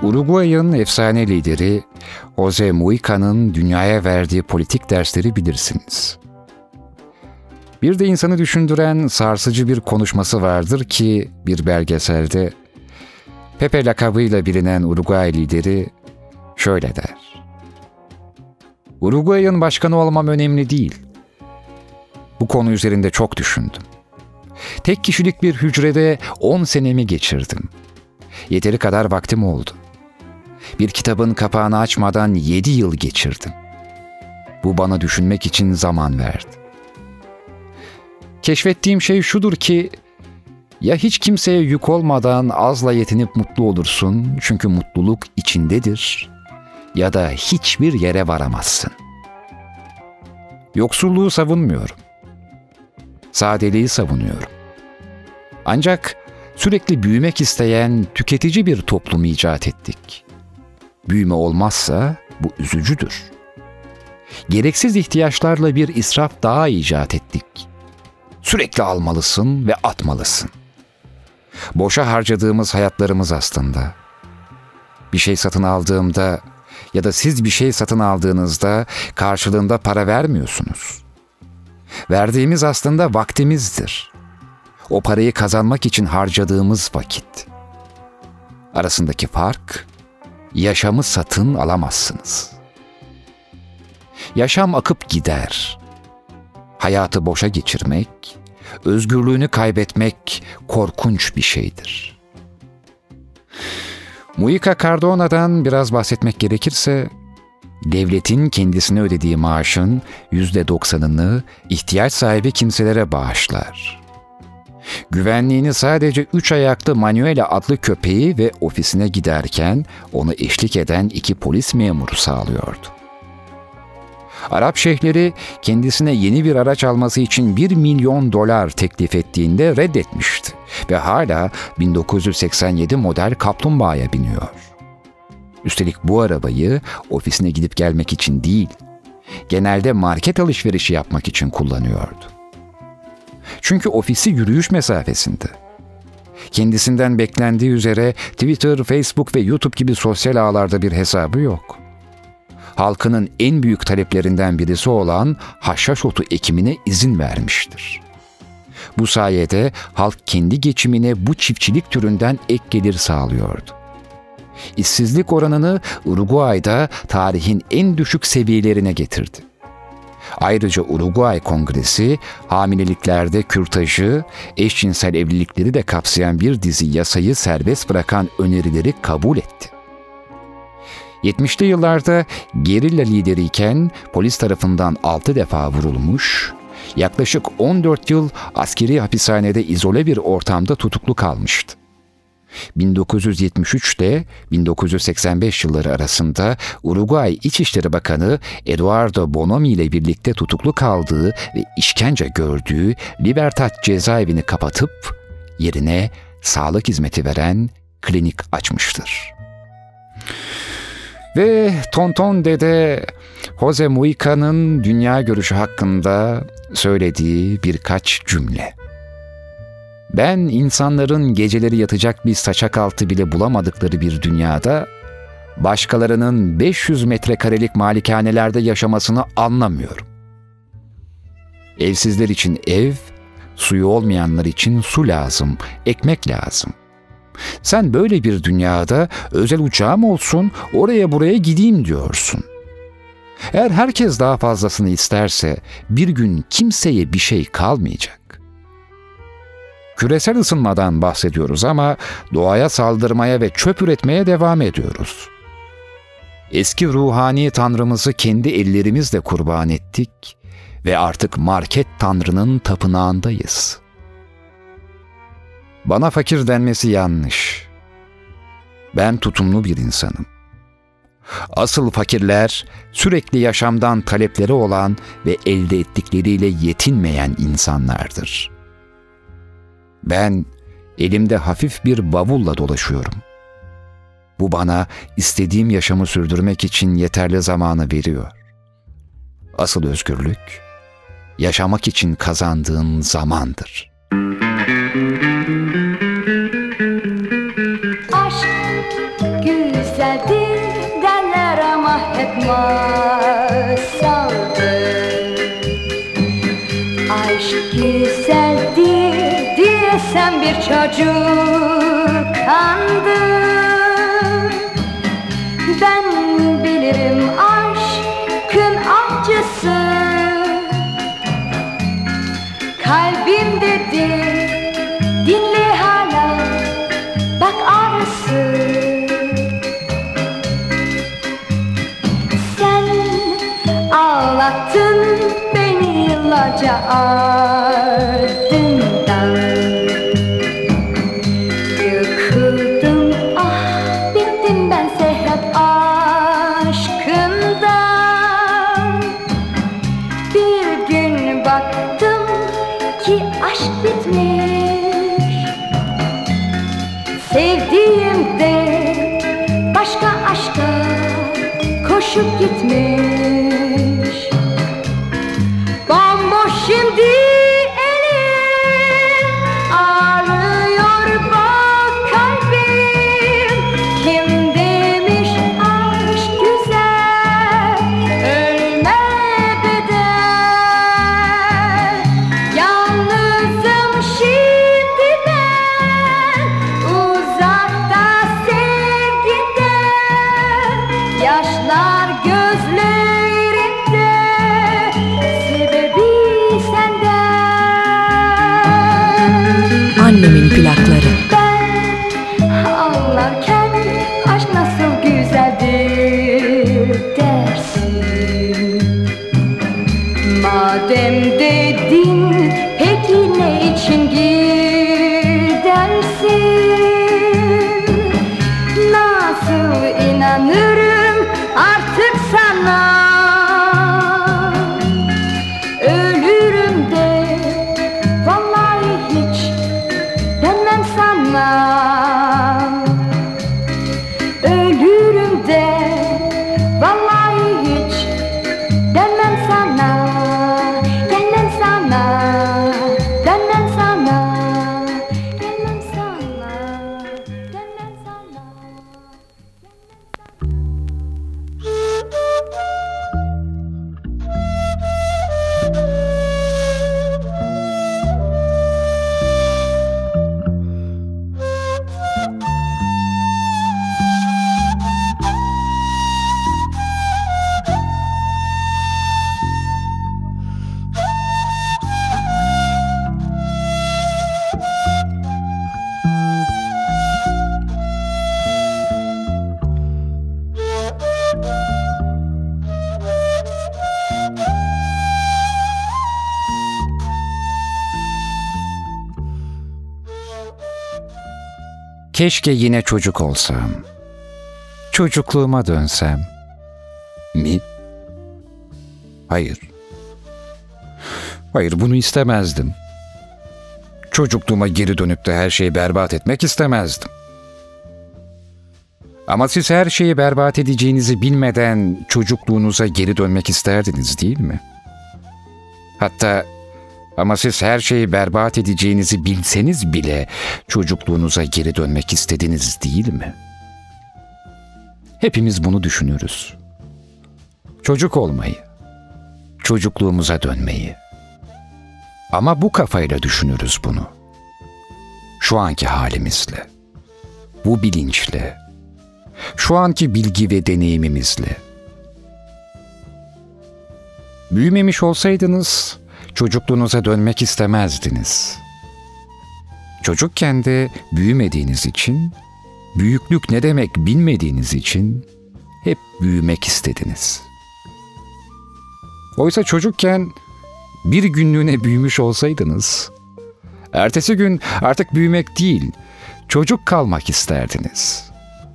Uruguay'ın efsane lideri Jose Muica'nın dünyaya verdiği politik dersleri bilirsiniz. Bir de insanı düşündüren sarsıcı bir konuşması vardır ki bir belgeselde Pepe lakabıyla bilinen Uruguay lideri şöyle der: "Uruguay'ın başkanı olmam önemli değil. Bu konu üzerinde çok düşündüm. Tek kişilik bir hücrede 10 senemi geçirdim. Yeteri kadar vaktim oldu. Bir kitabın kapağını açmadan 7 yıl geçirdim. Bu bana düşünmek için zaman verdi. Keşfettiğim şey şudur ki, ya hiç kimseye yük olmadan azla yetinip mutlu olursun çünkü mutluluk içindedir, ya da hiçbir yere varamazsın. Yoksulluğu savunmuyorum. Sadeliği savunuyorum. Ancak sürekli büyümek isteyen tüketici bir toplum icat ettik. Büyüme olmazsa bu üzücüdür. Gereksiz ihtiyaçlarla bir israf daha icat ettik. Sürekli almalısın ve atmalısın. Boşa harcadığımız hayatlarımız aslında. Bir şey satın aldığımda ya da siz bir şey satın aldığınızda karşılığında para vermiyorsunuz. Verdiğimiz aslında vaktimizdir. O parayı kazanmak için harcadığımız vakit. Arasındaki fark, yaşamı satın alamazsınız. Yaşam akıp gider. Hayatı boşa geçirmek, özgürlüğünü kaybetmek korkunç bir şeydir. Mujica Cardona'dan biraz bahsetmek gerekirse, devletin kendisine ödediği maaşın %90'ını ihtiyaç sahibi kimselere bağışlar. Güvenliğini sadece 3 ayaklı Manuela adlı köpeği ve ofisine giderken onu eşlik eden 2 polis memuru sağlıyordu. Arap şeyhleri kendisine yeni bir araç alması için $1 milyon teklif ettiğinde reddetmişti ve hala 1987 model kaplumbağaya biniyor. Üstelik bu arabayı ofisine gidip gelmek için değil, genelde market alışverişi yapmak için kullanıyordu. Çünkü ofisi yürüyüş mesafesinde. Kendisinden beklendiği üzere Twitter, Facebook ve YouTube gibi sosyal ağlarda bir hesabı yok. Halkının en büyük taleplerinden birisi olan haşhaş otu ekimine izin vermiştir. Bu sayede halk kendi geçimine bu çiftçilik türünden ek gelir sağlıyordu. İşsizlik oranını Uruguay'da tarihin en düşük seviyelerine getirdi. Ayrıca Uruguay Kongresi, hamileliklerde kürtajı, eşcinsel evlilikleri de kapsayan bir dizi yasayı serbest bırakan önerileri kabul etti. 70'li yıllarda gerilla lideriyken polis tarafından 6 defa vurulmuş, yaklaşık 14 yıl askeri hapishanede izole bir ortamda tutuklu kalmıştı. 1973 ile 1985 yılları arasında Uruguay İçişleri Bakanı Eduardo Bonomi ile birlikte tutuklu kaldığı ve işkence gördüğü Libertad cezaevini kapatıp yerine sağlık hizmeti veren klinik açmıştır. Ve Tonton Dede Jose Muica'nın dünya görüşü hakkında söylediği birkaç cümle. Ben insanların geceleri yatacak bir saçak altı bile bulamadıkları bir dünyada başkalarının 500 metrekarelik malikanelerde yaşamasını anlamıyorum. Evsizler için ev, suyu olmayanlar için su lazım, ekmek lazım. Sen böyle bir dünyada özel uçağım olsun, oraya buraya gideyim diyorsun. Eğer herkes daha fazlasını isterse bir gün kimseye bir şey kalmayacak. Küresel ısınmadan bahsediyoruz ama doğaya saldırmaya ve çöp üretmeye devam ediyoruz. Eski ruhani tanrımızı kendi ellerimizle kurban ettik ve artık market tanrının tapınağındayız. Bana fakir denmesi yanlış. Ben tutumlu bir insanım. Asıl fakirler sürekli yaşamdan talepleri olan ve elde ettikleriyle yetinmeyen insanlardır. Ben elimde hafif bir bavulla dolaşıyorum. Bu bana istediğim yaşamı sürdürmek için yeterli zamanı veriyor. Asıl özgürlük, yaşamak için kazandığın zamandır. Aşk güzel. güzeldir derler ama hep masaldır. Aşk güzeldir diye sen bir çocuk kandın. Ben bilirim aşkın acısı, kalbimdedir, dinle hala, bak arası. Sen ağlattın beni yıllarca ardından. Yıkıldım, ah bittim bense hep aşkından. Bir gün baktım ki aşk bitmiş, sevdiğim de başka aşka koşup gitmiş. Bomboş şimdi elim, ağrıyor bak kalbim. Kim demiş aşk güzel, ölme bedel. Yalnızım şimdi ben, uzakta sevgiden. Yaşlar gözlerimde, sebebi senden. Annemin plakları. Ben ağlarken aşk nasıl güzeldir dersin. Madem dedin, peki ne için gidersin? Nasıl inanırım artık sana? Ölürüm de vallahi hiç dönmem sana. Ölürüm de vallahi hiç dönmem sana. Gelmem sana, dönmem sana. Gelmem sana, dönmem sana. Keşke yine çocuk olsam. Çocukluğuma dönsem. Mi? Hayır. Hayır, bunu istemezdim. Çocukluğuma geri dönüp de her şeyi berbat etmek istemezdim. Ama siz her şeyi berbat edeceğinizi bilmeden çocukluğunuza geri dönmek isterdiniz, değil mi? Ama siz her şeyi berbat edeceğinizi bilseniz bile çocukluğunuza geri dönmek istediniz, değil mi? Hepimiz bunu düşünürüz. Çocuk olmayı, çocukluğumuza dönmeyi. Ama bu kafayla düşünürüz bunu. Şu anki halimizle, bu bilinçle, şu anki bilgi ve deneyimimizle. Büyümemiş olsaydınız çocukluğunuza dönmek istemezdiniz. Çocukken de büyümediğiniz için, büyüklük ne demek bilmediğiniz için hep büyümek istediniz. Oysa çocukken bir günlüğüne büyümüş olsaydınız, ertesi gün artık büyümek değil, çocuk kalmak isterdiniz.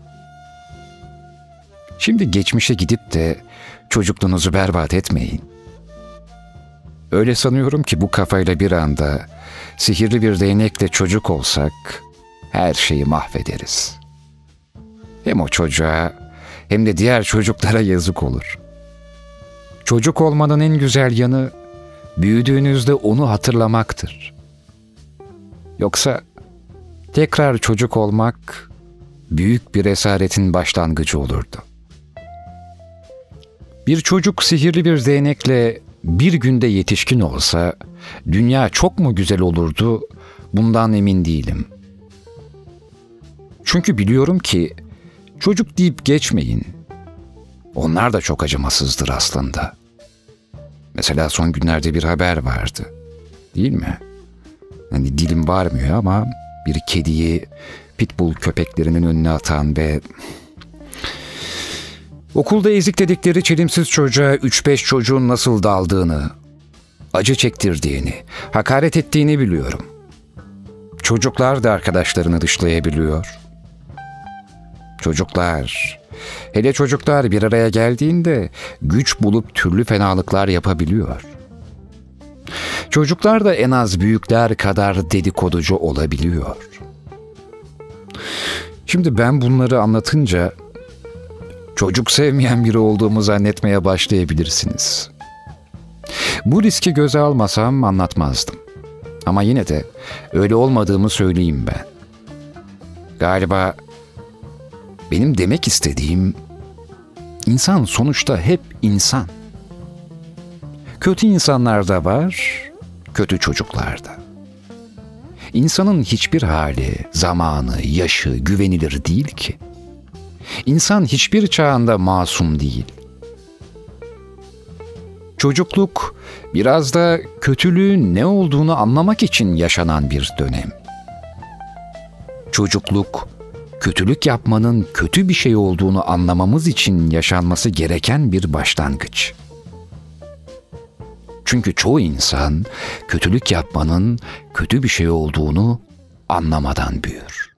Şimdi geçmişe gidip de çocukluğunuzu berbat etmeyin. Öyle sanıyorum ki bu kafayla bir anda sihirli bir değnekle çocuk olsak her şeyi mahvederiz. Hem o çocuğa hem de diğer çocuklara yazık olur. Çocuk olmanın en güzel yanı büyüdüğünüzde onu hatırlamaktır. Yoksa tekrar çocuk olmak büyük bir esaretin başlangıcı olurdu. Bir çocuk sihirli bir değnekle bir günde yetişkin olsa, dünya çok mu güzel olurdu, bundan emin değilim. Çünkü biliyorum ki, çocuk deyip geçmeyin. Onlar da çok acımasızdır aslında. Mesela son günlerde bir haber vardı. Değil mi? Hani dilim varmıyor ama bir kediyi pitbull köpeklerinin önüne atan ve okulda ezikledikleri çelimsiz çocuğa 3-5 çocuğun nasıl daldığını, acı çektirdiğini, hakaret ettiğini biliyorum. Çocuklar da arkadaşlarını dışlayabiliyor. Çocuklar, hele çocuklar bir araya geldiğinde güç bulup türlü fenalıklar yapabiliyor. Çocuklar da en az büyükler kadar dedikoducu olabiliyor. Şimdi ben bunları anlatınca çocuk sevmeyen biri olduğumu zannetmeye başlayabilirsiniz. Bu riski göze almasam anlatmazdım. Ama yine de öyle olmadığımı söyleyeyim ben. Galiba benim demek istediğim, insan sonuçta hep insan. Kötü insanlar da var, kötü çocuklar da. İnsanın hiçbir hali, zamanı, yaşı güvenilir değil ki. İnsan hiçbir çağında masum değil. Çocukluk biraz da kötülüğün ne olduğunu anlamak için yaşanan bir dönem. Çocukluk, kötülük yapmanın kötü bir şey olduğunu anlamamız için yaşanması gereken bir başlangıç. Çünkü çoğu insan kötülük yapmanın kötü bir şey olduğunu anlamadan büyür.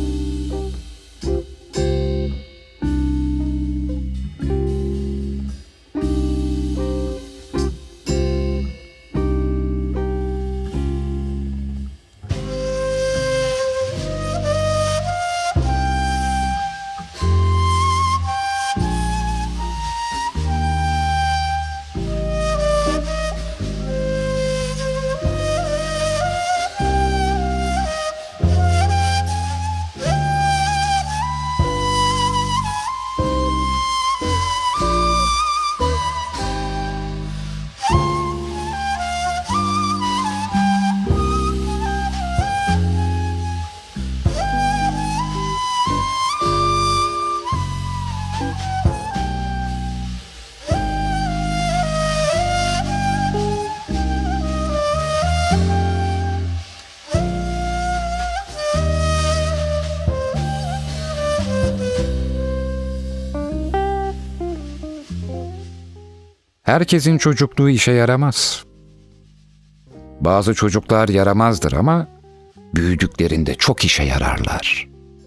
Herkesin çocukluğu işe yaramaz. Bazı çocuklar yaramazdır ama büyüdüklerinde çok işe yararlar.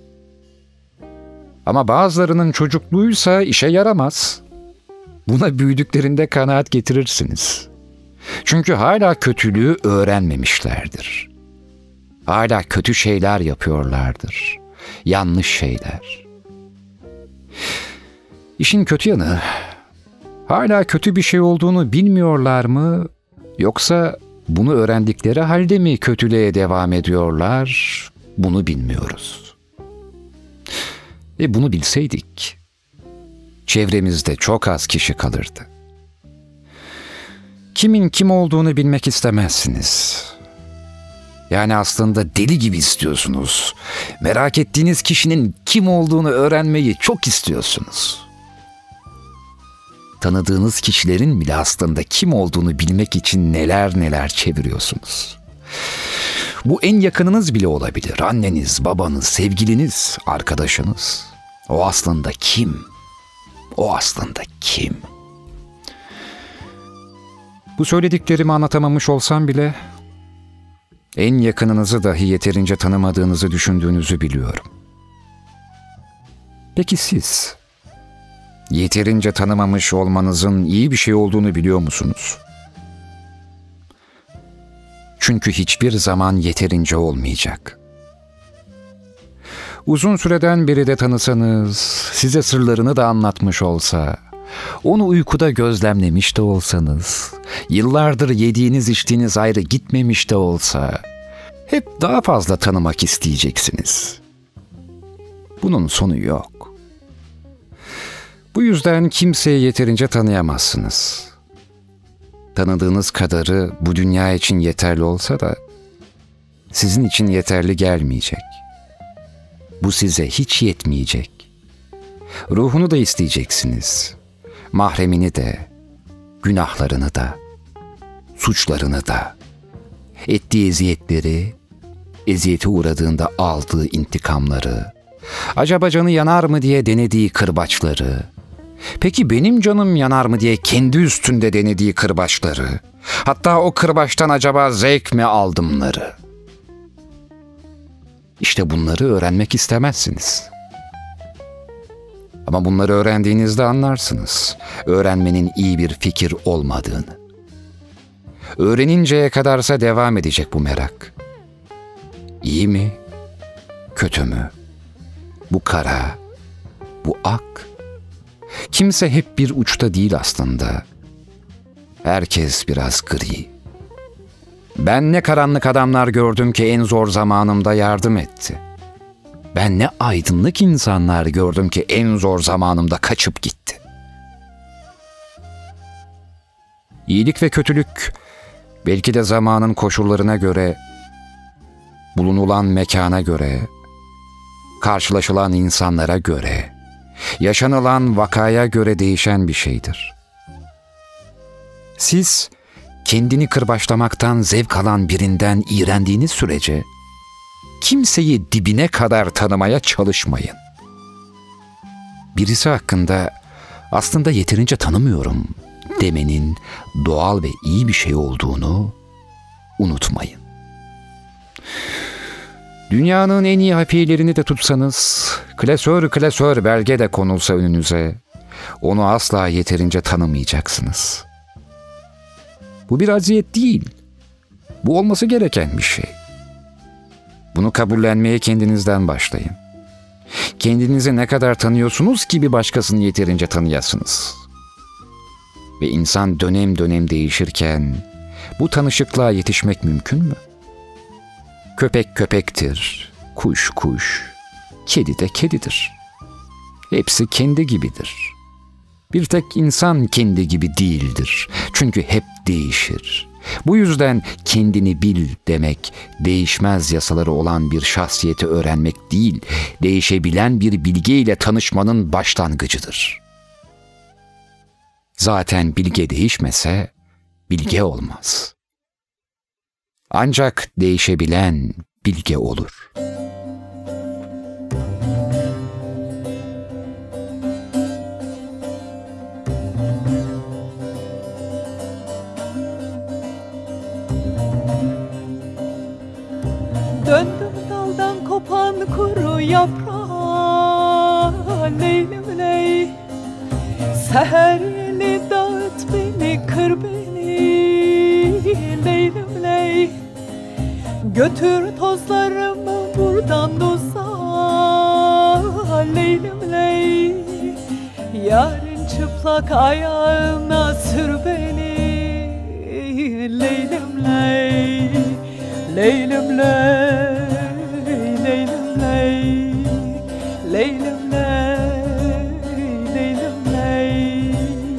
Ama bazılarının çocukluğuysa işe yaramaz. Buna büyüdüklerinde kanaat getirirsiniz. Çünkü hala kötülüğü öğrenmemişlerdir. Hala kötü şeyler yapıyorlardır. Yanlış şeyler. İşin kötü yanı, hala kötü bir şey olduğunu bilmiyorlar mı? Yoksa bunu öğrendikleri halde mi kötülüğe devam ediyorlar? Bunu bilmiyoruz. Bunu bilseydik, çevremizde çok az kişi kalırdı. Kimin kim olduğunu bilmek istemezsiniz. Yani aslında deli gibi istiyorsunuz. Merak ettiğiniz kişinin kim olduğunu öğrenmeyi çok istiyorsunuz. Tanıdığınız kişilerin bile aslında kim olduğunu bilmek için neler neler çeviriyorsunuz. Bu en yakınınız bile olabilir. Anneniz, babanız, sevgiliniz, arkadaşınız. O aslında kim? O aslında kim? Bu söylediklerimi anlatamamış olsam bile en yakınınızı dahi yeterince tanımadığınızı düşündüğünüzü biliyorum. Peki siz yeterince tanımamış olmanızın iyi bir şey olduğunu biliyor musunuz? Çünkü hiçbir zaman yeterince olmayacak. Uzun süreden beri de tanısanız, size sırlarını da anlatmış olsa, onu uykuda gözlemlemiş de olsanız, yıllardır yediğiniz içtiğiniz ayrı gitmemiş de olsa, hep daha fazla tanımak isteyeceksiniz. Bunun sonu yok. Bu yüzden kimseyi yeterince tanıyamazsınız. Tanıdığınız kadarı bu dünya için yeterli olsa da sizin için yeterli gelmeyecek. Bu size hiç yetmeyecek. Ruhunu da isteyeceksiniz. Mahremini de, günahlarını da, suçlarını da, ettiği eziyetleri, eziyete uğradığında aldığı intikamları, acaba canı yanar mı diye denediği kırbaçları, peki benim canım yanar mı diye kendi üstünde denediği kırbaçları, hatta o kırbaçtan acaba zevk mi aldımları. İşte bunları öğrenmek istemezsiniz. Ama bunları öğrendiğinizde anlarsınız, öğrenmenin iyi bir fikir olmadığını. Öğreninceye kadarsa devam edecek bu merak. İyi mi, kötü mü? Bu kara, bu ak. Kimse hep bir uçta değil aslında. Herkes biraz gri. Ben ne karanlık adamlar gördüm ki en zor zamanımda yardım etti. Ben ne aydınlık insanlar gördüm ki en zor zamanımda kaçıp gitti. İyilik ve kötülük belki de zamanın koşullarına göre, bulunulan mekana göre, karşılaşılan insanlara göre, yaşanılan vakaya göre değişen bir şeydir. Siz kendini kırbaçlamaktan zevk alan birinden iğrendiğiniz sürece kimseyi dibine kadar tanımaya çalışmayın. Birisi hakkında aslında yeterince tanımıyorum demenin doğal ve iyi bir şey olduğunu unutmayın. Dünyanın en iyi hapiyelerini de tutsanız, klasör belge de konulsa önünüze, onu asla yeterince tanımayacaksınız. Bu bir aziyet değil. Bu olması gereken bir şey. Bunu kabullenmeye kendinizden başlayın. Kendinizi ne kadar tanıyorsunuz ki bir başkasını yeterince tanıyasınız. Ve insan dönem dönem değişirken bu tanışıklığa yetişmek mümkün mü? Köpek köpektir, kuş kuş, kedi de kedidir. Hepsi kendi gibidir. Bir tek insan kendi gibi değildir. Çünkü hep değişir. Bu yüzden kendini bil demek, değişmez yasaları olan bir şahsiyeti öğrenmek değil, değişebilen bir bilge ile tanışmanın başlangıcıdır. Zaten bilge değişmese, bilge olmaz. Ancak değişebilen bilge olur. Döndüm daldan kopan kuru yaprağa, leylim ley. Seherli dağıt beni, kır beni, leylim ley. Götür tozlarımı buradan uzağa, leylim ley. Yarın çıplak ayağına sür beni, leylim ley. Leylim ley, leylim ley, leylim ley, leylim ley.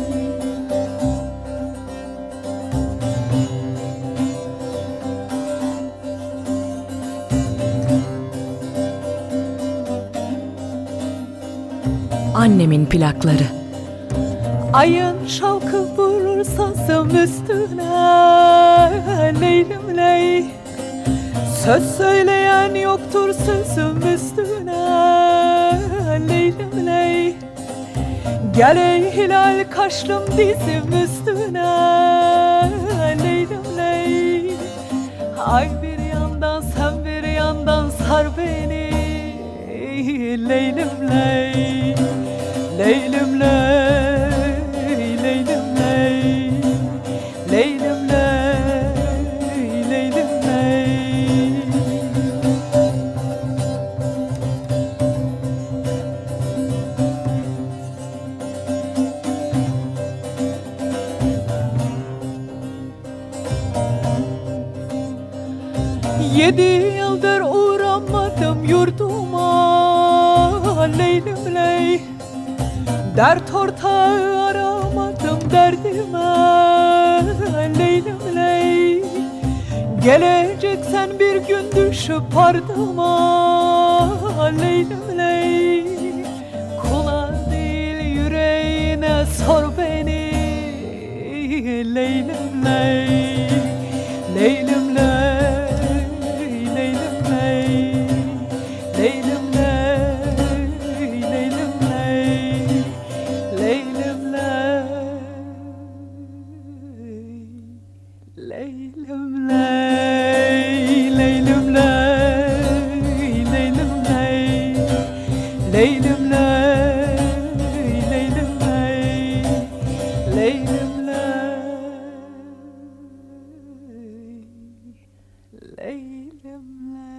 Annemin plakları. Ayın şavkı vurur sazım üstüne, leylim ley. Söz söyleyen yoktur sözüm üstüne, leylim ley. Gel ey hilal kaşlım dizim üstüne, leylim ley. Ay bir yandan sen bir yandan sar beni, leylim ley. Leylim ley, leylim ley, leylim ley, leylim ley. Yedi yıldır uğramadım yurduma, Dert ortağı aramadım derdime, Leylim ley. Geleceksen bir gün düşüp ardıma, Leylim ley. Kula değil yüreğine sor beni, Leylim ley. Leylim ley, Leylim ley. Leylim ley, Leylim ley. Leylim ley, Leylim ley. Leylim ley, Leylim ley. Leylim ley, Leylim ley. Leylim ley, Leylim ley.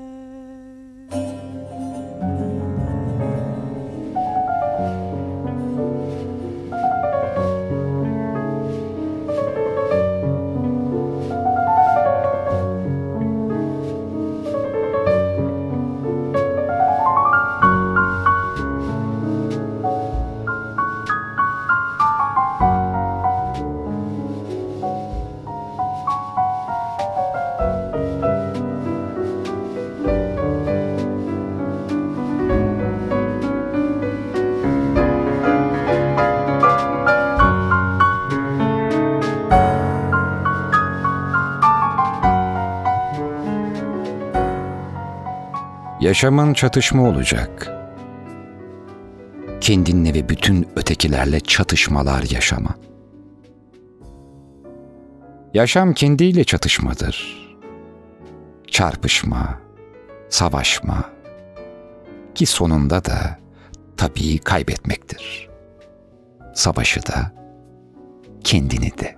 Yaşamın çatışma olacak. Kendinle ve bütün ötekilerle çatışmalar yaşama. Yaşam kendiyle çatışmadır. Çarpışma, savaşma ki sonunda da tabii kaybetmektir. Savaşı da, kendini de.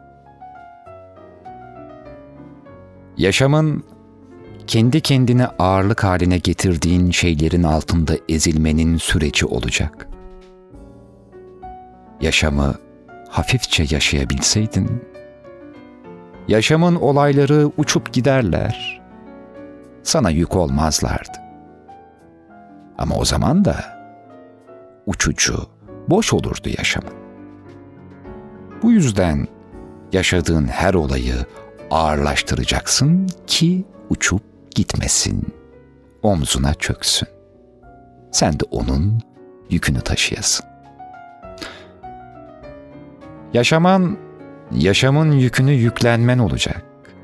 Yaşamın kendi kendine ağırlık haline getirdiğin şeylerin altında ezilmenin süreci olacak. Yaşamı hafifçe yaşayabilseydin, yaşamın olayları uçup giderler, sana yük olmazlardı. Ama o zaman da uçucu, boş olurdu yaşamın. Bu yüzden yaşadığın her olayı ağırlaştıracaksın ki uçup gitmesin, omzuna çöksün. Sen de onun yükünü taşıyasın. Yaşamın yükünü yüklenmen olacak.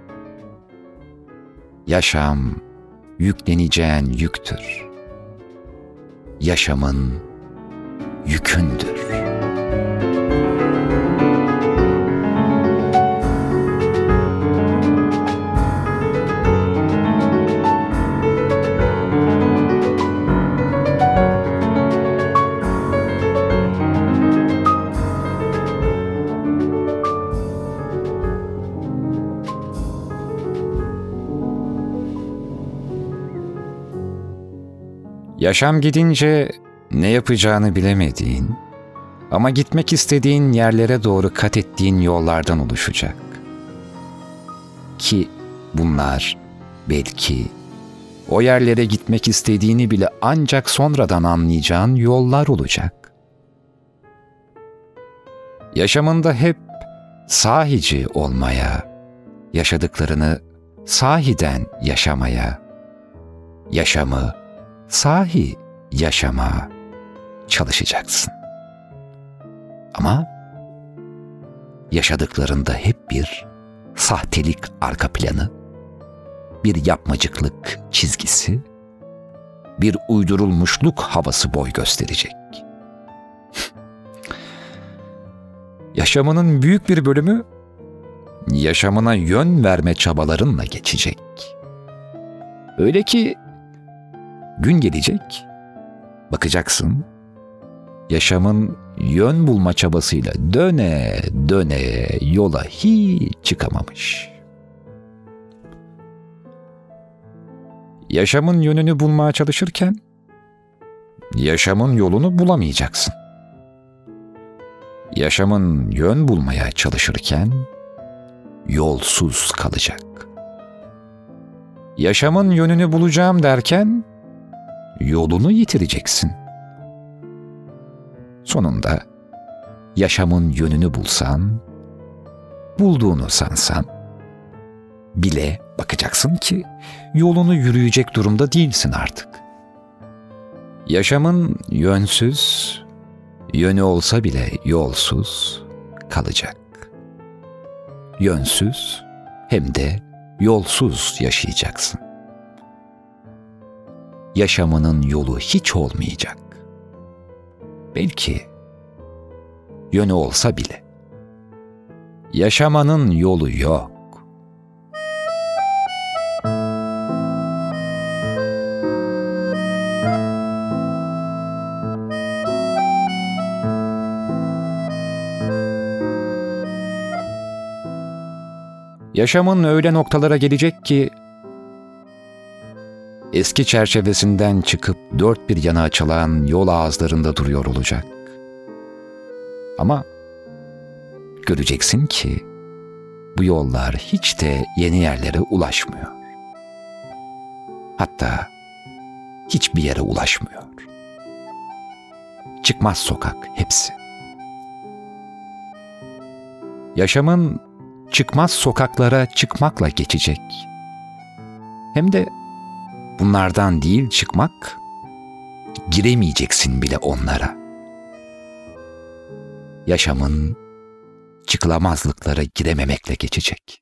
Yaşam, yükleneceğin yüktür. Yaşamın yükündür. Yaşam gidince ne yapacağını bilemediğin ama gitmek istediğin yerlere doğru kat ettiğin yollardan oluşacak. Ki bunlar belki o yerlere gitmek istediğini bile ancak sonradan anlayacağın yollar olacak. Yaşamında hep sahici olmaya, yaşadıklarını sahiden yaşamaya, yaşamı sahi yaşama çalışacaksın. Ama yaşadıklarında hep bir sahtelik arka planı, bir yapmacıklık çizgisi, bir uydurulmuşluk havası boy gösterecek. Yaşamının büyük bir bölümü yaşamına yön verme çabalarınla geçecek. Öyle ki gün gelecek, bakacaksın, yaşamın yön bulma çabasıyla döne döne yola hiç çıkamamış. Yaşamın yönünü bulmaya çalışırken, yaşamın yolunu bulamayacaksın. Yaşamın yön bulmaya çalışırken, yolsuz kalacak. Yaşamın yönünü bulacağım derken, yolunu yitireceksin. Sonunda yaşamın yönünü bulsan, bulduğunu sansan bile bakacaksın ki yolunu yürüyecek durumda değilsin artık. Yaşamın yönsüz, yönü olsa bile yolsuz kalacak. Yönsüz hem de yolsuz yaşayacaksın. Yaşamının yolu hiç olmayacak. Belki yönü olsa bile. Yaşamanın yolu yok. Yaşamın öyle noktalara gelecek ki eski çerçevesinden çıkıp dört bir yana açılan yol ağızlarında duruyor olacak. Ama göreceksin ki bu yollar hiç de yeni yerlere ulaşmıyor. Hatta hiçbir yere ulaşmıyor. Çıkmaz sokak hepsi. Yaşamın çıkmaz sokaklara çıkmakla geçecek. Hem de bunlardan değil çıkmak, giremeyeceksin bile onlara. Yaşamın çıkılamazlıklara girememekle geçecek.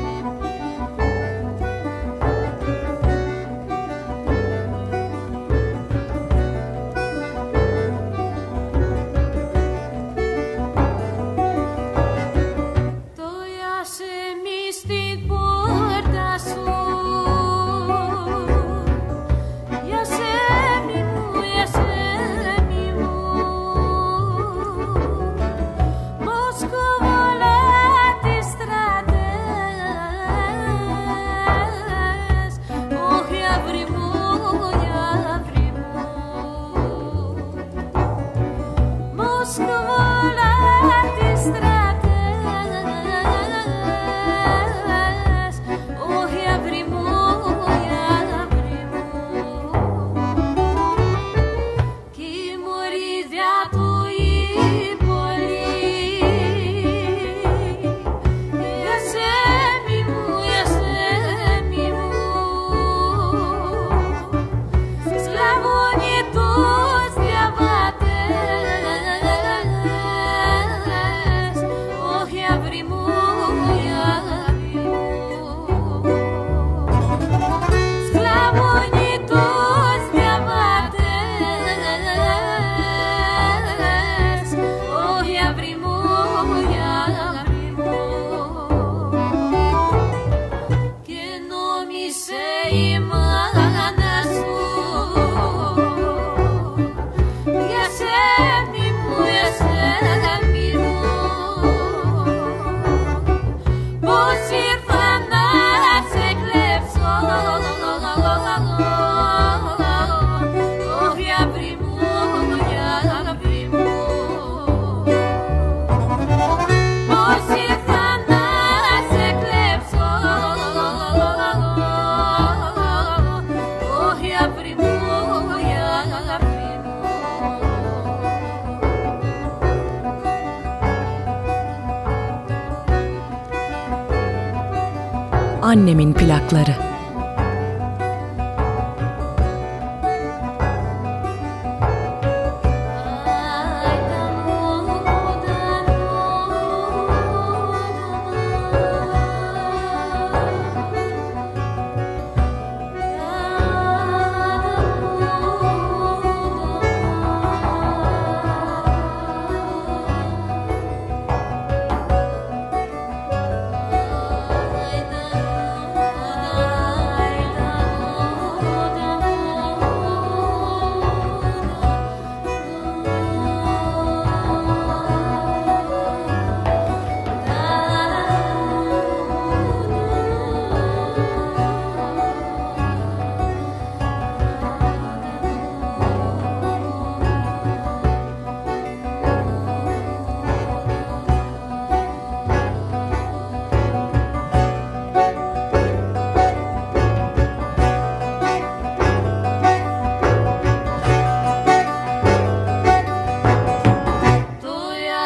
Annemin plakları.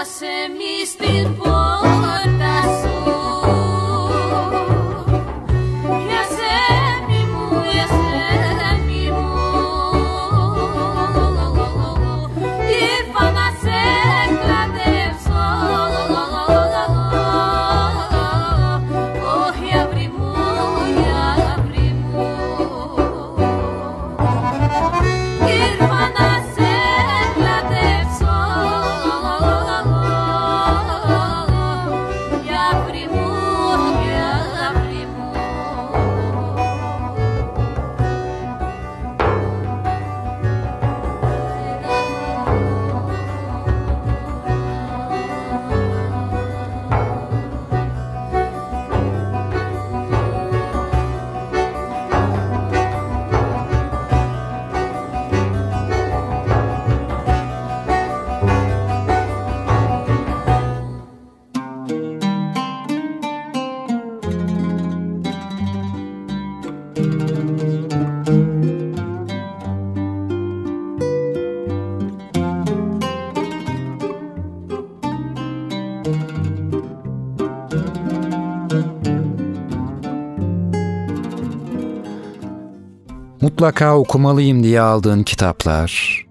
Mutlaka okumalıyım diye aldığın kitaplar,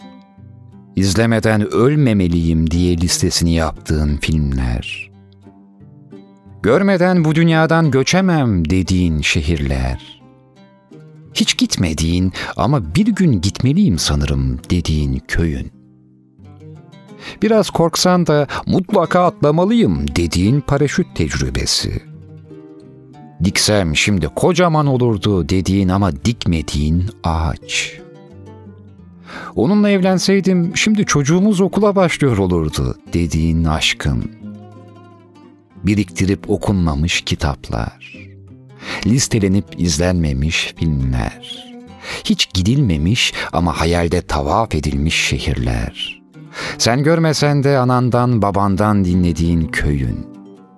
izlemeden ölmemeliyim diye listesini yaptığın filmler, görmeden bu dünyadan göçemem dediğin şehirler, hiç gitmediğin ama bir gün gitmeliyim sanırım dediğin köyün, biraz korksan da mutlaka atlamalıyım dediğin paraşüt tecrübesi, diksem şimdi kocaman olurdu dediğin ama dikmediğin ağaç. Onunla evlenseydim şimdi çocuğumuz okula başlıyor olurdu dediğin aşkın. Biriktirip okunmamış kitaplar. Listelenip izlenmemiş filmler. Hiç gidilmemiş ama hayalde tavaf edilmiş şehirler. Sen görmesen de anandan babandan dinlediğin köyün.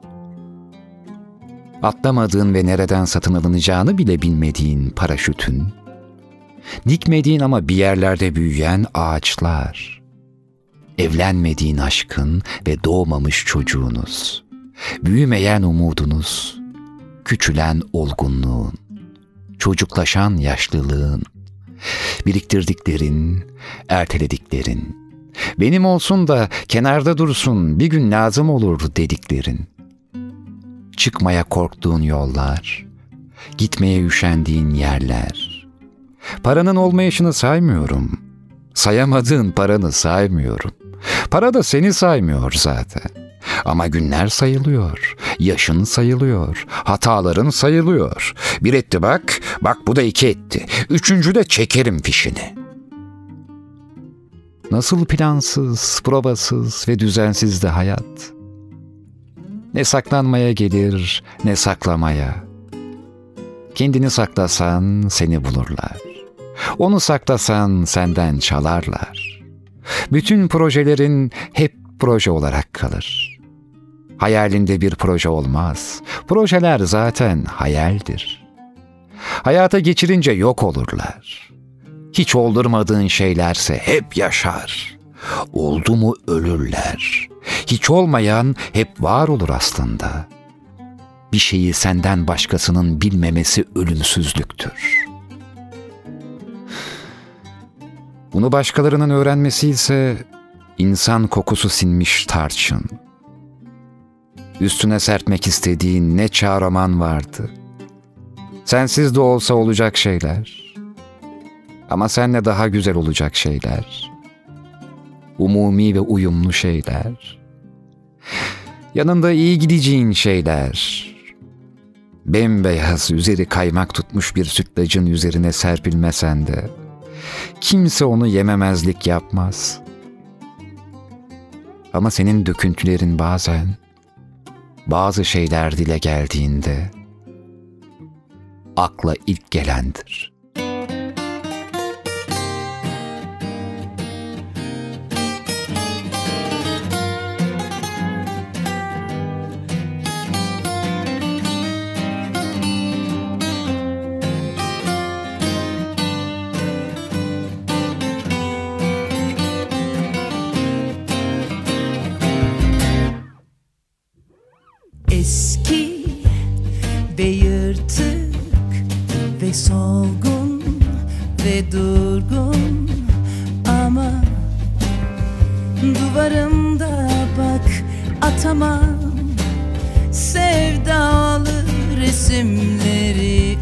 Atlamadığın ve nereden satın alınacağını bile bilmediğin paraşütün, dikmediğin ama bir yerlerde büyüyen ağaçlar, evlenmediğin aşkın ve doğmamış çocuğunuz, büyümeyen umudunuz, küçülen olgunluğun, çocuklaşan yaşlılığın, biriktirdiklerin, ertelediklerin, benim olsun da kenarda dursun bir gün lazım olur dediklerin, çıkmaya korktuğun yollar, gitmeye üşendiğin yerler. Paranın olmayışını saymıyorum. Sayamadığın paranı saymıyorum. Para da seni saymıyor zaten. Ama günler sayılıyor, yaşın sayılıyor, hataların sayılıyor. Bir etti bak bu da iki etti. Üçüncü de çekerim fişini. Nasıl plansız, provasız ve düzensiz de hayat. Ne saklanmaya gelir, ne saklamaya. Kendini saklasan seni bulurlar. Onu saklasan senden çalarlar. Bütün projelerin hep proje olarak kalır. Hayalinde bir proje olmaz. Projeler zaten hayaldir. Hayata geçirince yok olurlar. Hiç oldurmadığın şeylerse hep yaşar. Oldu mu ölürler. Hiç olmayan hep var olur aslında. Bir şeyi senden başkasının bilmemesi ölümsüzlüktür. Bunu başkalarının öğrenmesi ise insan kokusu sinmiş tarçın. Üstüne serpmek istediğin ne çağraman vardı. Sensiz de olsa olacak şeyler. Ama seninle daha güzel olacak şeyler. Umumi ve uyumlu şeyler. Yanında iyi gideceğin şeyler. Bembeyaz üzeri kaymak tutmuş bir sütlacın üzerine serpilmesen de kimse onu yememezlik yapmaz. Ama senin döküntülerin bazen bazı şeyler dile geldiğinde akla ilk gelendir. solgun ve durgun ama duvarımda bak atamam sevdalı resimleri.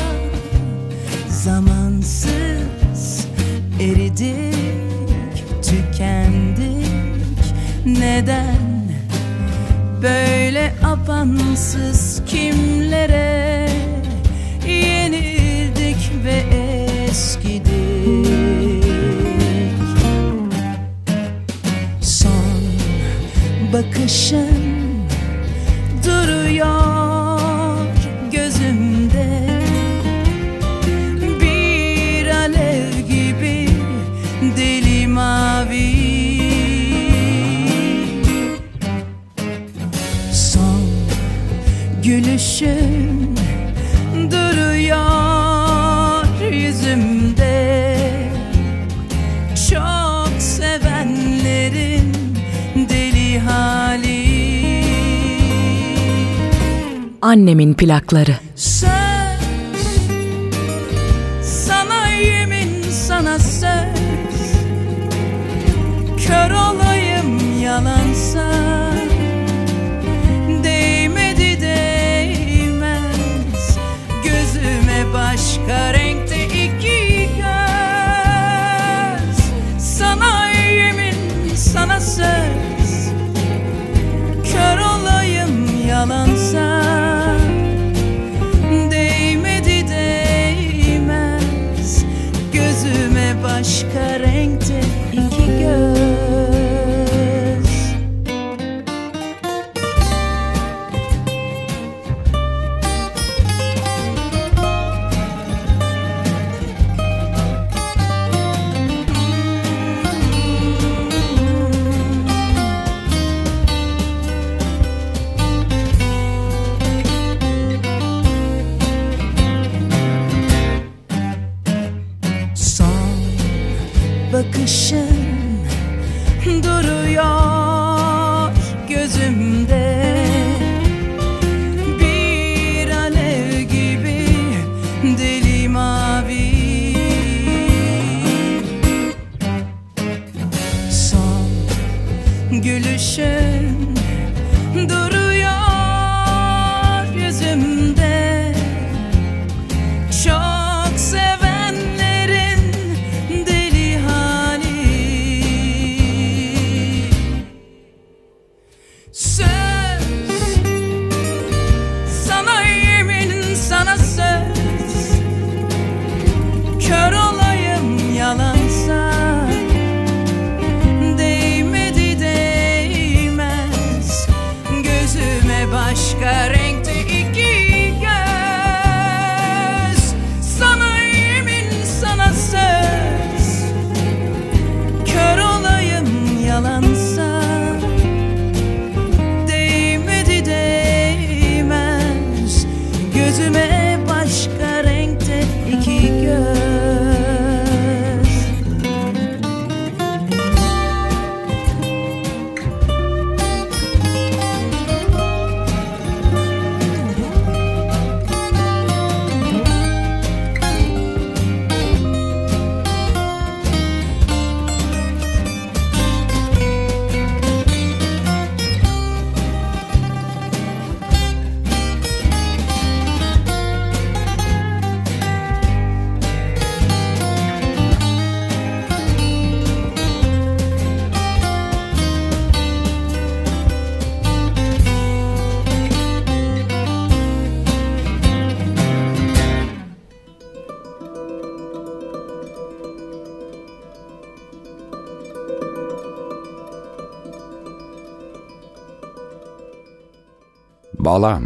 Zamansız eridik, tükendik. Neden böyle apansız kimlere yenildik ve eskidik? Son bakışın duruyor gözümde, bir alev gibi deli mavi. Son gülüşün duruyor yüzümde, çok sevenlerin deli hali. Annemin plakları. Söz, sana yemin, sana söz, kör olayım yalansa, değmedi değmez gözüme başka renkte iki göz. Sana yemin, sana söz, kör olayım yalansa, değmedi değmez gözüme başka renkte iki göz. Bakışın duruyor gözümde, bir alev gibi deli mavi. Son gülüşün duruyor yüzümde, çok sevenlerin deli hali. Söz, sana yemin, sana söz, kör olayım yalansa, değmedi değmez gözüme başka renkte iki göz. Sana yemin, sana söz, kör olayım yalansa, değmedi değmez gözüme başka renkte iki göz. Balam,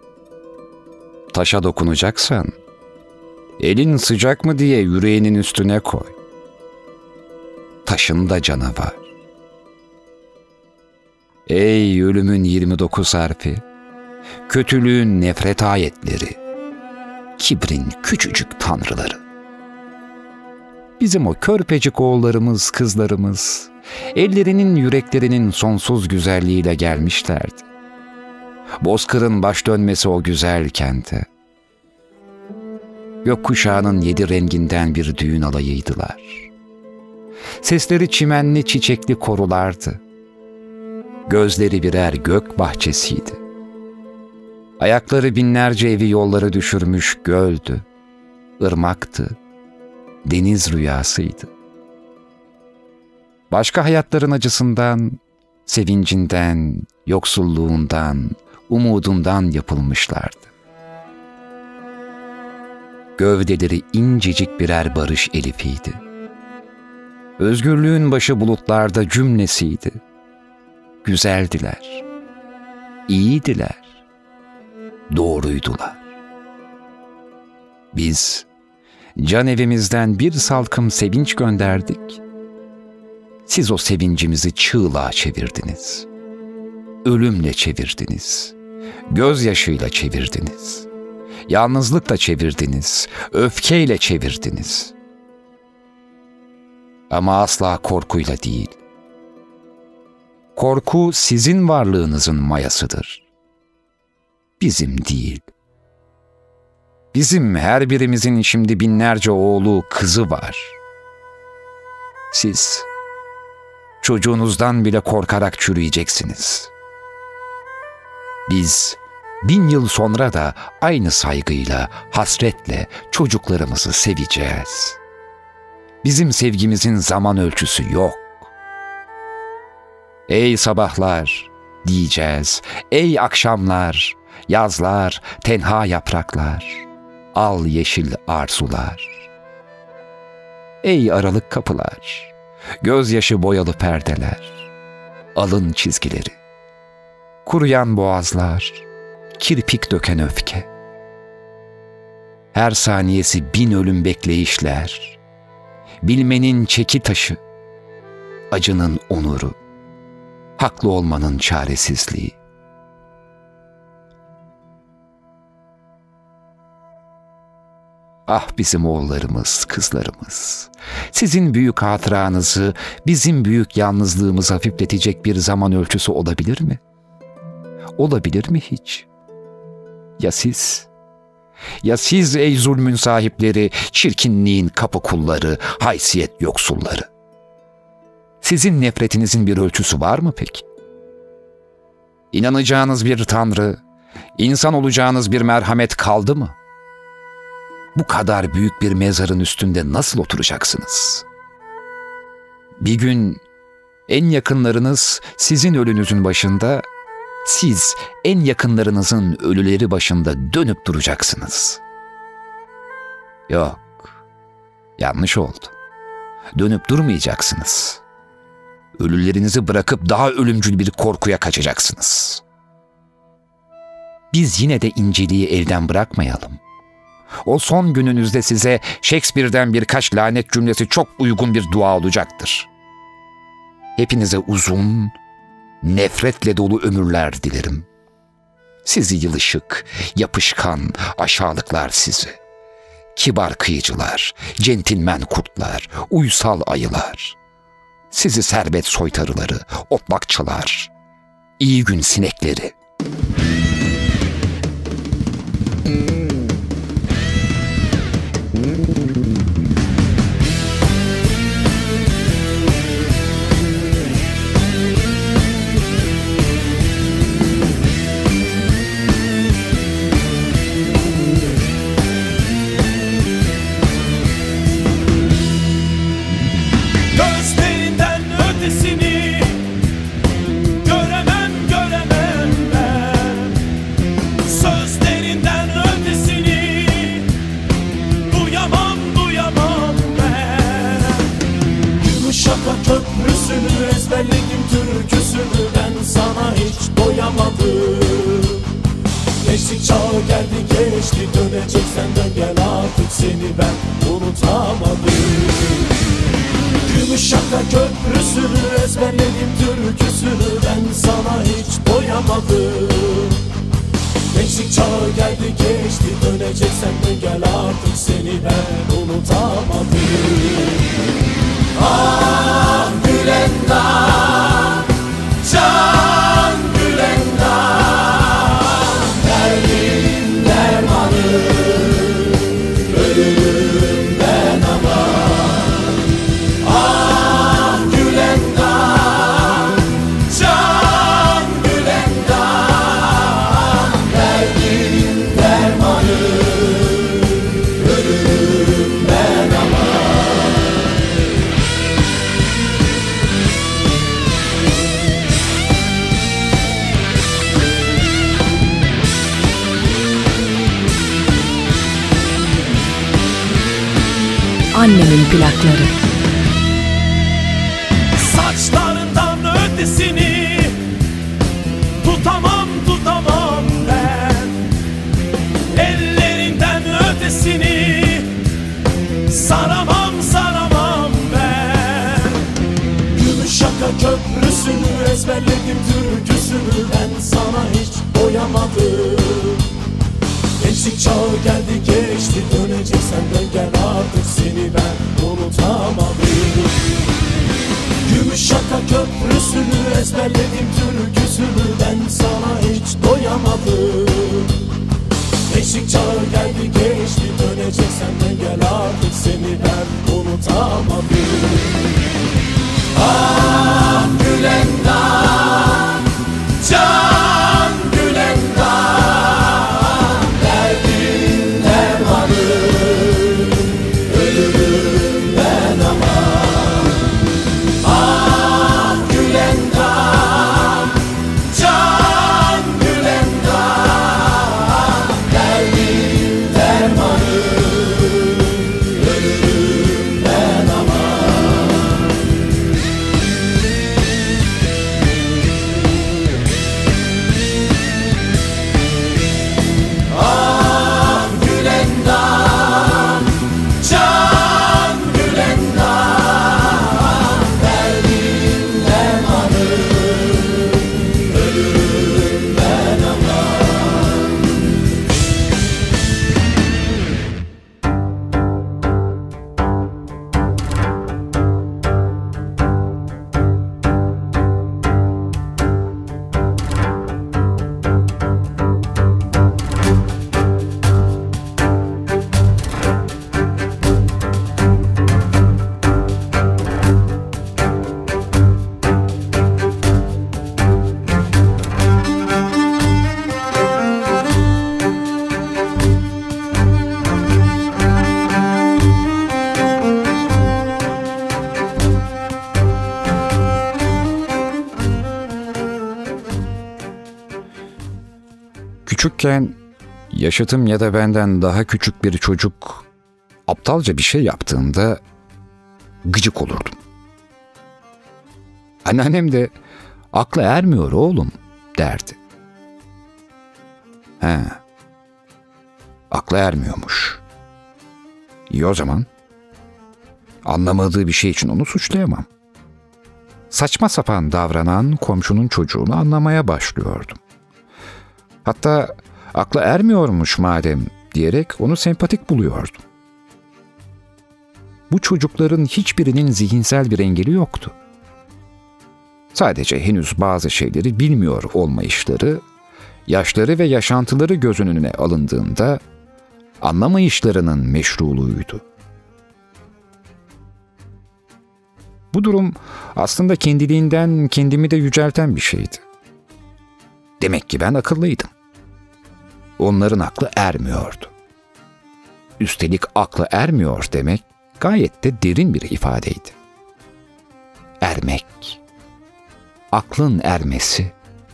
taşa dokunacaksan, elin sıcak mı diye yüreğinin üstüne koy. Taşın da canı var. Ey ölümün 29 harfi, kötülüğün nefret ayetleri, kibrin küçücük tanrıları. Bizim o körpecik oğullarımız, kızlarımız, ellerinin yüreklerinin sonsuz güzelliğiyle gelmişlerdi. Bozkır'ın baş dönmesi o güzel kente. gökkuşağının 7 renginden bir düğün alayıydılar. Sesleri çimenli çiçekli korulardı. Gözleri birer gök bahçesiydi. Ayakları binlerce evi yollara düşürmüş göldü, ırmaktı, deniz rüyasıydı. Başka hayatların acısından, sevincinden, yoksulluğundan, umudundan yapılmışlardı. Gövdeleri incecik birer barış elifiydi. Özgürlüğün başı bulutlarda cümlesiydi. Güzeldiler, iyiydiler, doğruydular. Biz can evimizden bir salkım sevinç gönderdik. Siz o sevincimizi çığlığa çevirdiniz. Ölümle çevirdiniz. Gözyaşıyla çevirdiniz. Yalnızlıkla çevirdiniz. Öfkeyle çevirdiniz. Ama asla korkuyla değil. Korku sizin varlığınızın mayasıdır. Bizim değil. Bizim her birimizin şimdi binlerce oğlu, kızı var. Siz çocuğunuzdan bile korkarak çürüyeceksiniz. Biz 1000 yıl sonra da aynı saygıyla, hasretle çocuklarımızı seveceğiz. Bizim sevgimizin zaman ölçüsü yok. Ey sabahlar diyeceğiz, ey akşamlar, yazlar, tenha yapraklar, al yeşil arzular. Ey aralık kapılar, gözyaşı boyalı perdeler, alın çizgileri, kuruyan boğazlar, kirpik döken öfke. Her saniyesi 1000 ölüm bekleyişler, bilmenin çeki taşı, acının onuru, haklı olmanın çaresizliği. Ah bizim oğullarımız, kızlarımız, sizin büyük hatıranızı, bizim büyük yalnızlığımızı hafifletecek bir zaman ölçüsü olabilir mi? Olabilir mi hiç? Ya siz? Ya siz ey zulmün sahipleri, çirkinliğin kapı kulları, haysiyet yoksulları? Sizin nefretinizin bir ölçüsü var mı peki? İnanacağınız bir tanrı, insan olacağınız bir merhamet kaldı mı? Bu kadar büyük bir mezarın üstünde nasıl oturacaksınız? Bir gün en yakınlarınız sizin ölünüzün başında, siz en yakınlarınızın ölüleri başında dönüp duracaksınız. Yok, yanlış oldu. Dönüp durmayacaksınız. Ölülerinizi bırakıp daha ölümcül bir korkuya kaçacaksınız. Biz yine de inceliği elden bırakmayalım. O son gününüzde size Shakespeare'den birkaç lanet cümlesi çok uygun bir dua olacaktır. Hepinize uzun, nefretle dolu ömürler dilerim. Sizi yılışık, yapışkan aşağılıklar sizi. Kibar kıyıcılar, centilmen kurtlar, uysal ayılar. Sizi servet soytarıları, otlakçılar, iyi gün sinekleri. Gözlerinden ötesini göremem ben. Sözlerinden ötesini duyamam ben. Gümüşhaka Köprüsü'nü ezberledim türküsünü, ben sana hiç doyamadım. Gençlik çağı geldi geçti, döneceksen dön gel artık, seni ben unutamadım. Gümüşhaka Köprüsü'nü ezberledim türküsünü, ben sana hiç doyamadım. Gençlik çağı geldi geçti, döneceksen dön gel artık, seni ben unutamadım. Ah Gülendam, can Gülendam, derdim dermanı, ölüm plakları. Saçlarından ötesini tutamam ben. Ellerinden ötesini saramam ben. Gümüşşaka köprüsünü ezberledim türküsünü, ben sana hiç doyamadım. Gençlik çağı geldi geçti, döneceksen dön gel artık, seni ben unutamadım. Gümüşşaka köprüsünü ezberledim türküsünü, ben sana hiç doyamadım. Gençlik çağı geldi geçti, döneceksen dön gel artık, seni ben unutamadım. Ah Gülendam, can Gülendam, derdin dermanı, ölürüm ben ama. Ah Gülendam, can Gülendam, derdin dermanı, ölürüm ben ama. Ah Gülendam, can Gülendam, derdin dermanı, ölürüm ben ama. Küçükken yaşıtım ya da benden daha küçük bir çocuk aptalca bir şey yaptığında gıcık olurdum. Anneannem de akla ermiyor oğlum derdi. He, akla ermiyormuş. İyi o zaman. Anlamadığı bir şey için onu suçlayamam. Saçma sapan davranan komşunun çocuğunu anlamaya başlıyordum. Hatta akla ermiyormuş madem diyerek onu sempatik buluyordum. Bu çocukların hiçbirinin zihinsel bir engeli yoktu. Sadece henüz bazı şeyleri bilmiyor olmayışları, yaşları ve yaşantıları göz önüne alındığında anlamayışlarının meşruluğuydu. Bu durum aslında kendiliğinden kendimi de yücelten bir şeydi. Demek ki ben akıllıydım. Onların aklı ermiyordu. Üstelik aklı ermiyor demek gayet de derin bir ifadeydi. Ermek, aklın ermesi.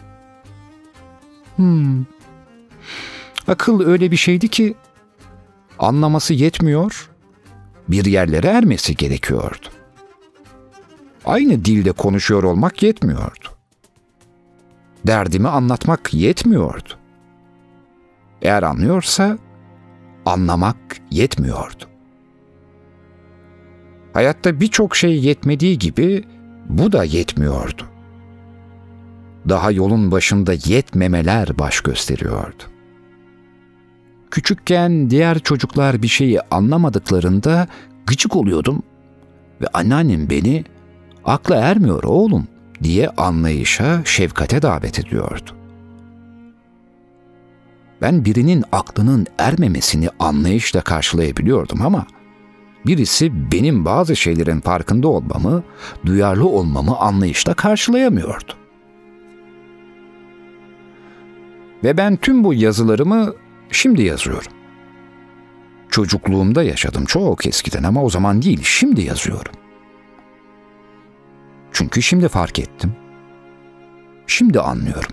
Akıl öyle bir şeydi ki anlaması yetmiyor, bir yerlere ermesi gerekiyordu. Aynı dilde konuşuyor olmak yetmiyordu. Derdimi anlatmak yetmiyordu. Eğer anlıyorsa anlamak yetmiyordu. Hayatta birçok şey yetmediği gibi bu da yetmiyordu. Daha yolun başında yetmemeler baş gösteriyordu. Küçükken diğer çocuklar bir şeyi anlamadıklarında gıcık oluyordum ve anneannem beni akla ermiyor oğlum diye anlayışa, şefkate davet ediyordu. Ben birinin aklının ermemesini anlayışla karşılayabiliyordum ama birisi benim bazı şeylerin farkında olmamı, duyarlı olmamı anlayışla karşılayamıyordu. Ve ben tüm bu yazılarımı şimdi yazıyorum. Çocukluğumda yaşadım çok eskiden ama o zaman değil, şimdi yazıyorum. Çünkü şimdi fark ettim. Şimdi anlıyorum.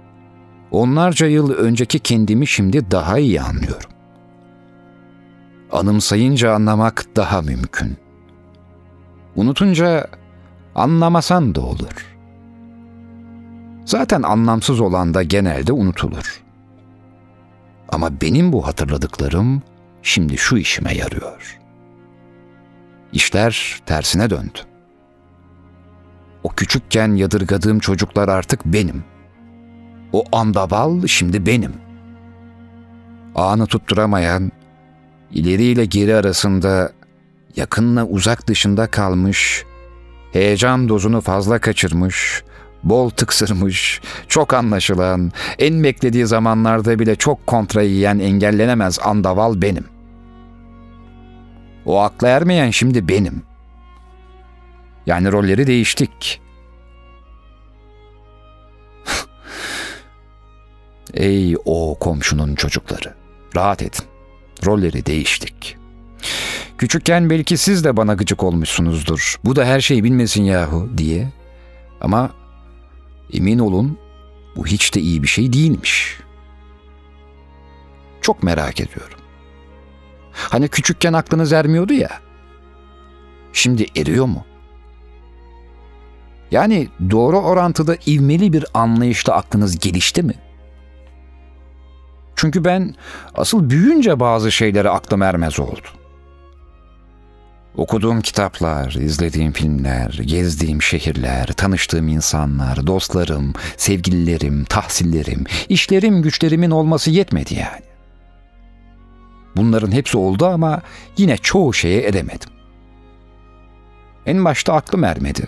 Onlarca yıl önceki kendimi şimdi daha iyi anlıyorum. Anımsayınca anlamak daha mümkün. Unutunca anlamasan da olur. Zaten anlamsız olan da genelde unutulur. Ama benim bu hatırladıklarım şimdi şu işime yarıyor. İşler tersine döndü. O küçükken yadırgadığım çocuklar artık benim. O andaval şimdi benim. Anı tutturamayan, ileriyle geri arasında, yakınla uzak dışında kalmış, heyecan dozunu fazla kaçırmış, bol tıksırmış, çok anlaşılan, en beklediği zamanlarda bile çok kontra yiyen engellenemez andaval benim. O akla ermeyen şimdi benim. Yani rolleri değiştik. Ey o komşunun çocukları, rahat edin. Rolleri değiştik. Küçükken belki siz de bana gıcık olmuşsunuzdur. Bu da her şeyi bilmesin yahu diye. Ama emin olun bu hiç de iyi bir şey değilmiş. Çok merak ediyorum. Hani küçükken aklınız ermiyordu ya. Şimdi eriyor mu? Yani doğru orantıda ivmeli bir anlayışla aklınız gelişti mi? Çünkü ben asıl büyüyünce bazı şeylere aklım ermez oldu. Okuduğum kitaplar, izlediğim filmler, gezdiğim şehirler, tanıştığım insanlar, dostlarım, sevgililerim, tahsillerim, işlerim, güçlerimin olması yetmedi yani. Bunların hepsi oldu ama yine çoğu şeye eremedim. En başta aklım ermedi.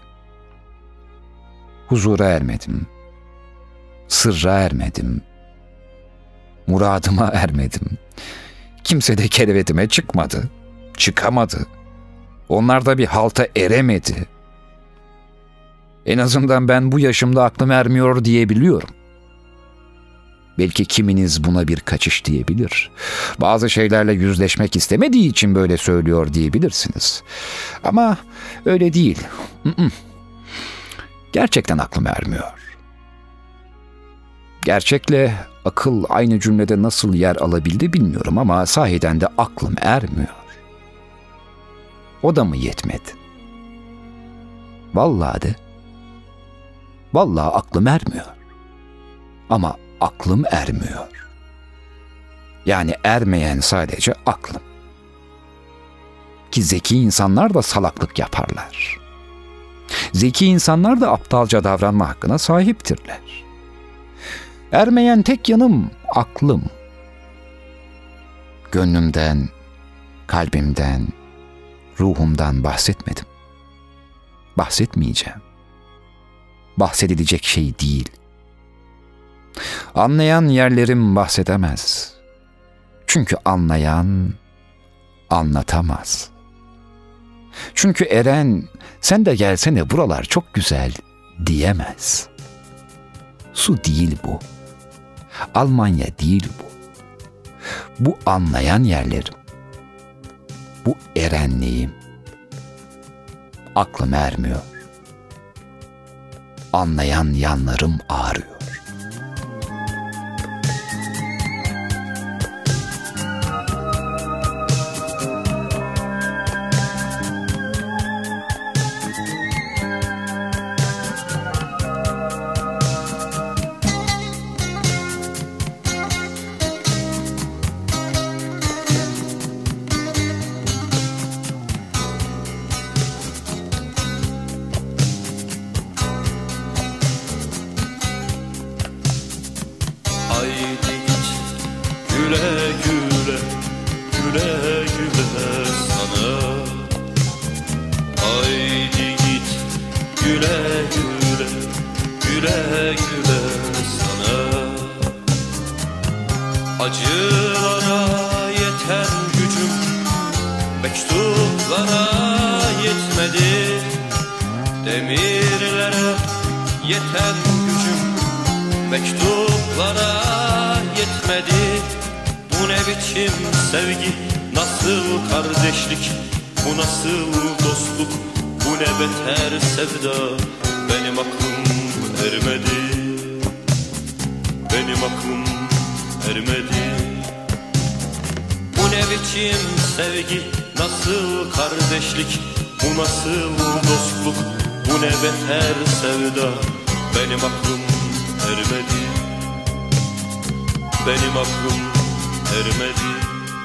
Huzura ermedim. Sırra ermedim. Muradıma ermedim. Kimse de kerevetime çıkmadı. Çıkamadı. Onlar da bir halta eremedi. En azından ben bu yaşımda aklım ermiyor diyebiliyorum. Belki kiminiz buna bir kaçış diyebilir. Bazı şeylerle yüzleşmek istemediği için böyle söylüyor diyebilirsiniz. Ama öyle değil. Gerçekten aklım ermiyor. Gerçekle akıl aynı cümlede nasıl yer alabildi bilmiyorum ama sahiden de aklım ermiyor. O da mı yetmedi? Vallahi de. Vallahi aklım ermiyor. Ama aklım ermiyor. Yani ermeyen sadece aklım. Ki zeki insanlar da salaklık yaparlar. Zeki insanlar da aptalca davranma hakkına sahiptirler. Ermeyen tek yanım aklım. Gönlümden, kalbimden, ruhumdan bahsetmedim. Bahsetmeyeceğim. Bahsedilecek şey değil. Anlayan yerlerim bahsedemez. Çünkü anlayan anlatamaz. Çünkü eren sen de gelsene buralar çok güzel diyemez. Su değil bu. Almanya değil bu. Bu anlayan yerlerim. Bu erenliğim. Aklım ermiyor. Anlayan yanlarım ağrıyor. Güle güle, güle güle sana. Haydi git, güle güle, güle güle sana. Acılara yeten gücüm mektuplara yetmedi. Demirlere yeten gücüm mektuplara yetmedi. Bu ne biçim sevgi, nasıl kardeşlik, bu nasıl dostluk, bu ne beter sevda. Benim aklım ermedi, benim aklım ermedi. Bu ne biçim sevgi, nasıl kardeşlik, bu nasıl dostluk, bu ne beter sevda. Benim aklım ermedi, benim aklım ermedi.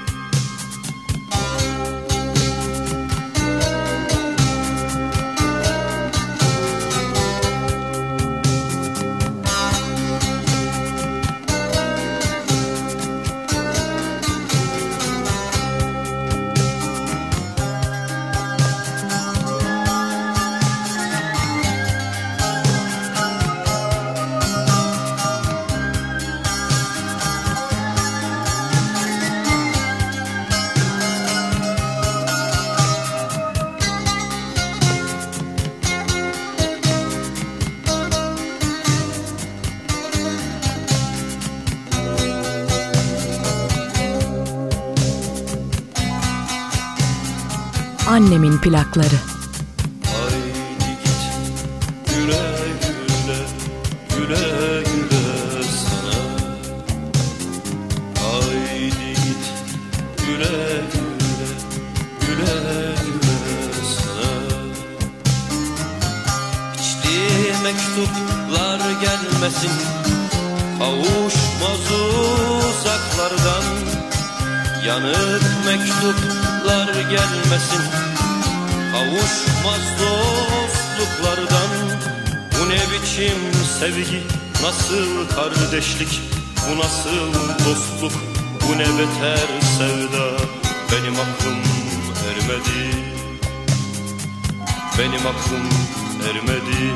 Annemin plakları. Haydi git güle güle, güle güle sana. Haydi git güle güle, güle güle sana. İçtiği mektuplar gelmesin, kavuşmaz uzaklardan. Yanık mektuplar gelmesin, kavuşmaz dostluklardan. Bu ne biçim sevgi, nasıl kardeşlik, bu nasıl dostluk, bu ne beter sevda. Benim aklım ermedi, benim aklım ermedi.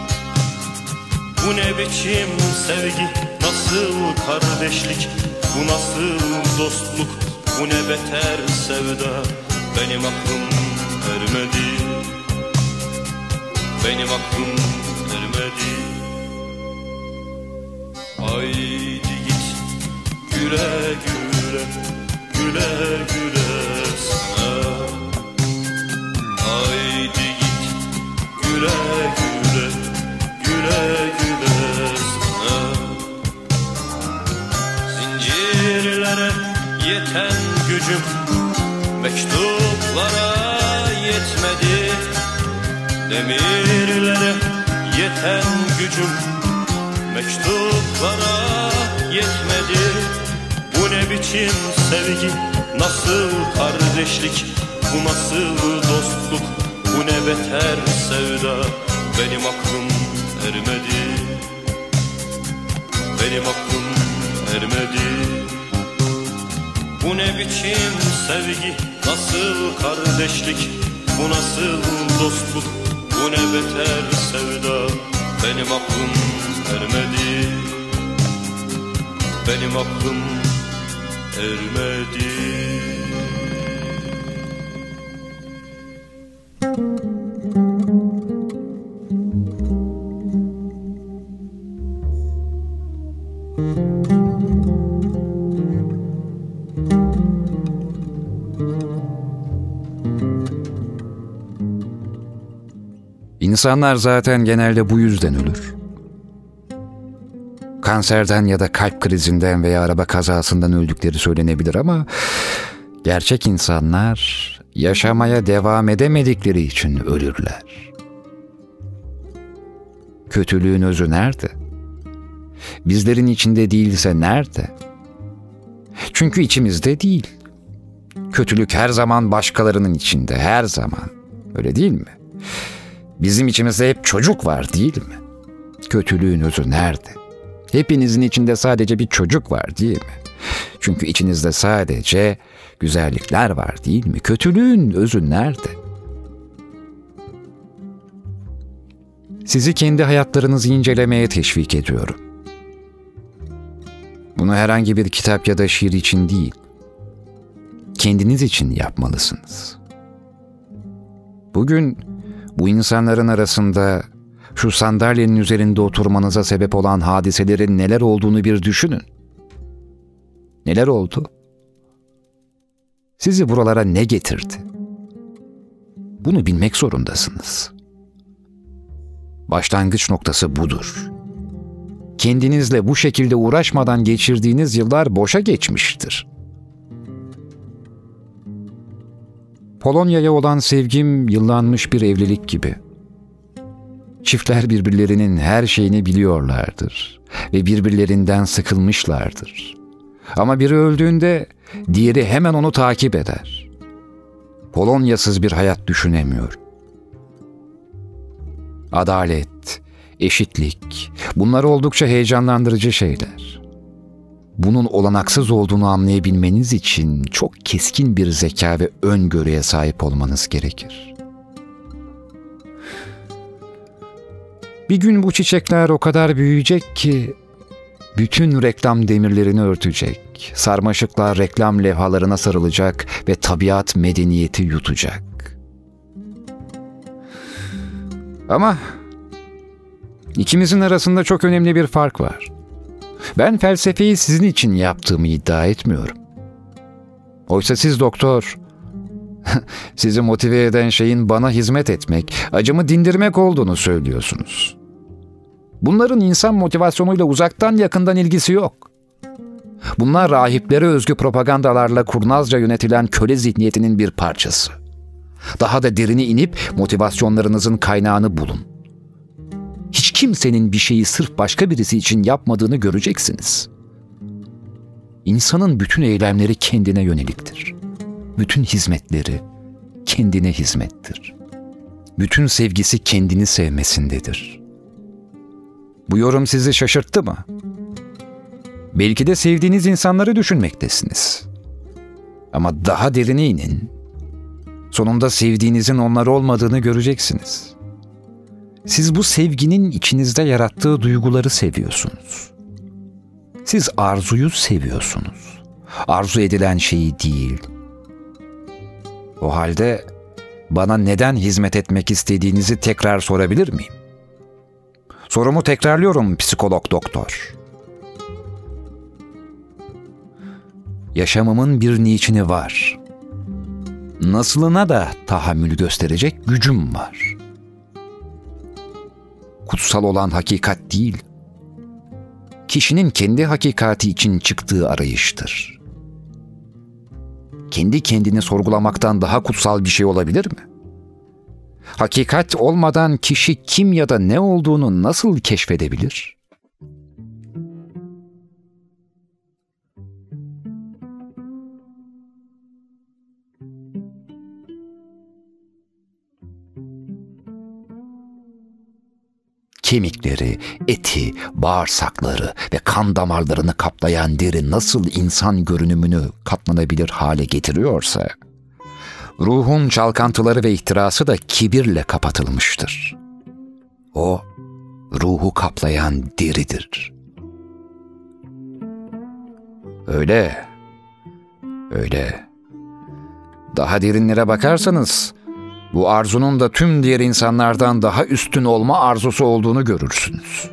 Bu ne biçim sevgi, nasıl kardeşlik, bu nasıl dostluk, bu ne beter sevda. Benim aklım ermedi, benim aklım ermedi. Haydi git güle güle, güle güle sana. Haydi git güle güle, güle güle sana. Zincirlere yeten gücüm mektuplara yetmedi. Demirlere yeten gücüm mektuplara yetmedi. Bu ne biçim sevgi, nasıl kardeşlik, bu nasıl dostluk, bu ne beter sevda. Benim aklım ermedi, benim aklım ermedi. Bu ne biçim sevgi, nasıl kardeşlik, bu nasıl dostluk, bu ne beter sevda. Benim aklım ermedi, benim aklım ermedi. İnsanlar zaten genelde bu yüzden ölür. Kanserden ya da kalp krizinden veya araba kazasından öldükleri söylenebilir ama gerçek insanlar yaşamaya devam edemedikleri için ölürler. Kötülüğün özü nerede? Bizlerin içinde değilse nerede? Çünkü içimizde değil. Kötülük her zaman başkalarının içinde, her zaman. Öyle değil mi? Bizim içimizde hep çocuk var değil mi? Kötülüğün özü nerede? Hepinizin içinde sadece bir çocuk var değil mi? Çünkü içinizde sadece güzellikler var değil mi? Kötülüğün özü nerede? Sizi kendi hayatlarınızı incelemeye teşvik ediyorum. Bunu herhangi bir kitap ya da şiir için değil, kendiniz için yapmalısınız. Bugün bu insanların arasında şu sandalyenin üzerinde oturmanıza sebep olan hadiselerin neler olduğunu bir düşünün. Neler oldu? Sizi buralara ne getirdi? Bunu bilmek zorundasınız. Başlangıç noktası budur. Kendinizle bu şekilde uğraşmadan geçirdiğiniz yıllar boşa geçmiştir. Polonya'ya olan sevgim yıllanmış bir evlilik gibi. Çiftler birbirlerinin her şeyini biliyorlardır ve birbirlerinden sıkılmışlardır. Ama biri öldüğünde diğeri hemen onu takip eder. Polonyasız bir hayat düşünemiyorum. Adalet, eşitlik, bunlar oldukça heyecanlandırıcı şeyler. Bunun olanaksız olduğunu anlayabilmeniz için çok keskin bir zeka ve öngörüye sahip olmanız gerekir. Bir gün bu çiçekler o kadar büyüyecek ki bütün reklam demirlerini örtecek, sarmaşıklar reklam levhalarına sarılacak ve tabiat medeniyeti yutacak. Ama ikimizin arasında çok önemli bir fark var. Ben felsefeyi sizin için yaptığımı iddia etmiyorum. Oysa siz doktor, sizi motive eden şeyin bana hizmet etmek, acımı dindirmek olduğunu söylüyorsunuz. Bunların insan motivasyonuyla uzaktan yakından ilgisi yok. Bunlar rahiplere özgü propagandalarla kurnazca yönetilen köle zihniyetinin bir parçası. Daha da derine inip motivasyonlarınızın kaynağını bulun. Hiç kimsenin bir şeyi sırf başka birisi için yapmadığını göreceksiniz. İnsanın bütün eylemleri kendine yöneliktir. Bütün hizmetleri kendine hizmettir. Bütün sevgisi kendini sevmesindedir. Bu yorum sizi şaşırttı mı? Belki de sevdiğiniz insanları düşünmektesiniz. Ama daha derine inin. Sonunda sevdiğinizin onlar olmadığını göreceksiniz. Siz bu sevginin içinizde yarattığı duyguları seviyorsunuz. Siz arzuyu seviyorsunuz. Arzu edilen şeyi değil. O halde bana neden hizmet etmek istediğinizi tekrar sorabilir miyim? Sorumu tekrarlıyorum psikolog doktor. Yaşamımın bir niçini var. Nasılına da tahammül gösterecek gücüm var. Kutsal olan hakikat değil, kişinin kendi hakikati için çıktığı arayıştır. Kendi kendini sorgulamaktan daha kutsal bir şey olabilir mi? Hakikat olmadan kişi kim ya da ne olduğunu nasıl keşfedebilir? Kemikleri, eti, bağırsakları ve kan damarlarını kaplayan deri nasıl insan görünümünü katlanabilir hale getiriyorsa, ruhun çalkantıları ve ihtirası da kibirle kapatılmıştır. O, ruhu kaplayan deridir. Öyle. Daha derinlere bakarsanız, bu arzunun da tüm diğer insanlardan daha üstün olma arzusu olduğunu görürsünüz.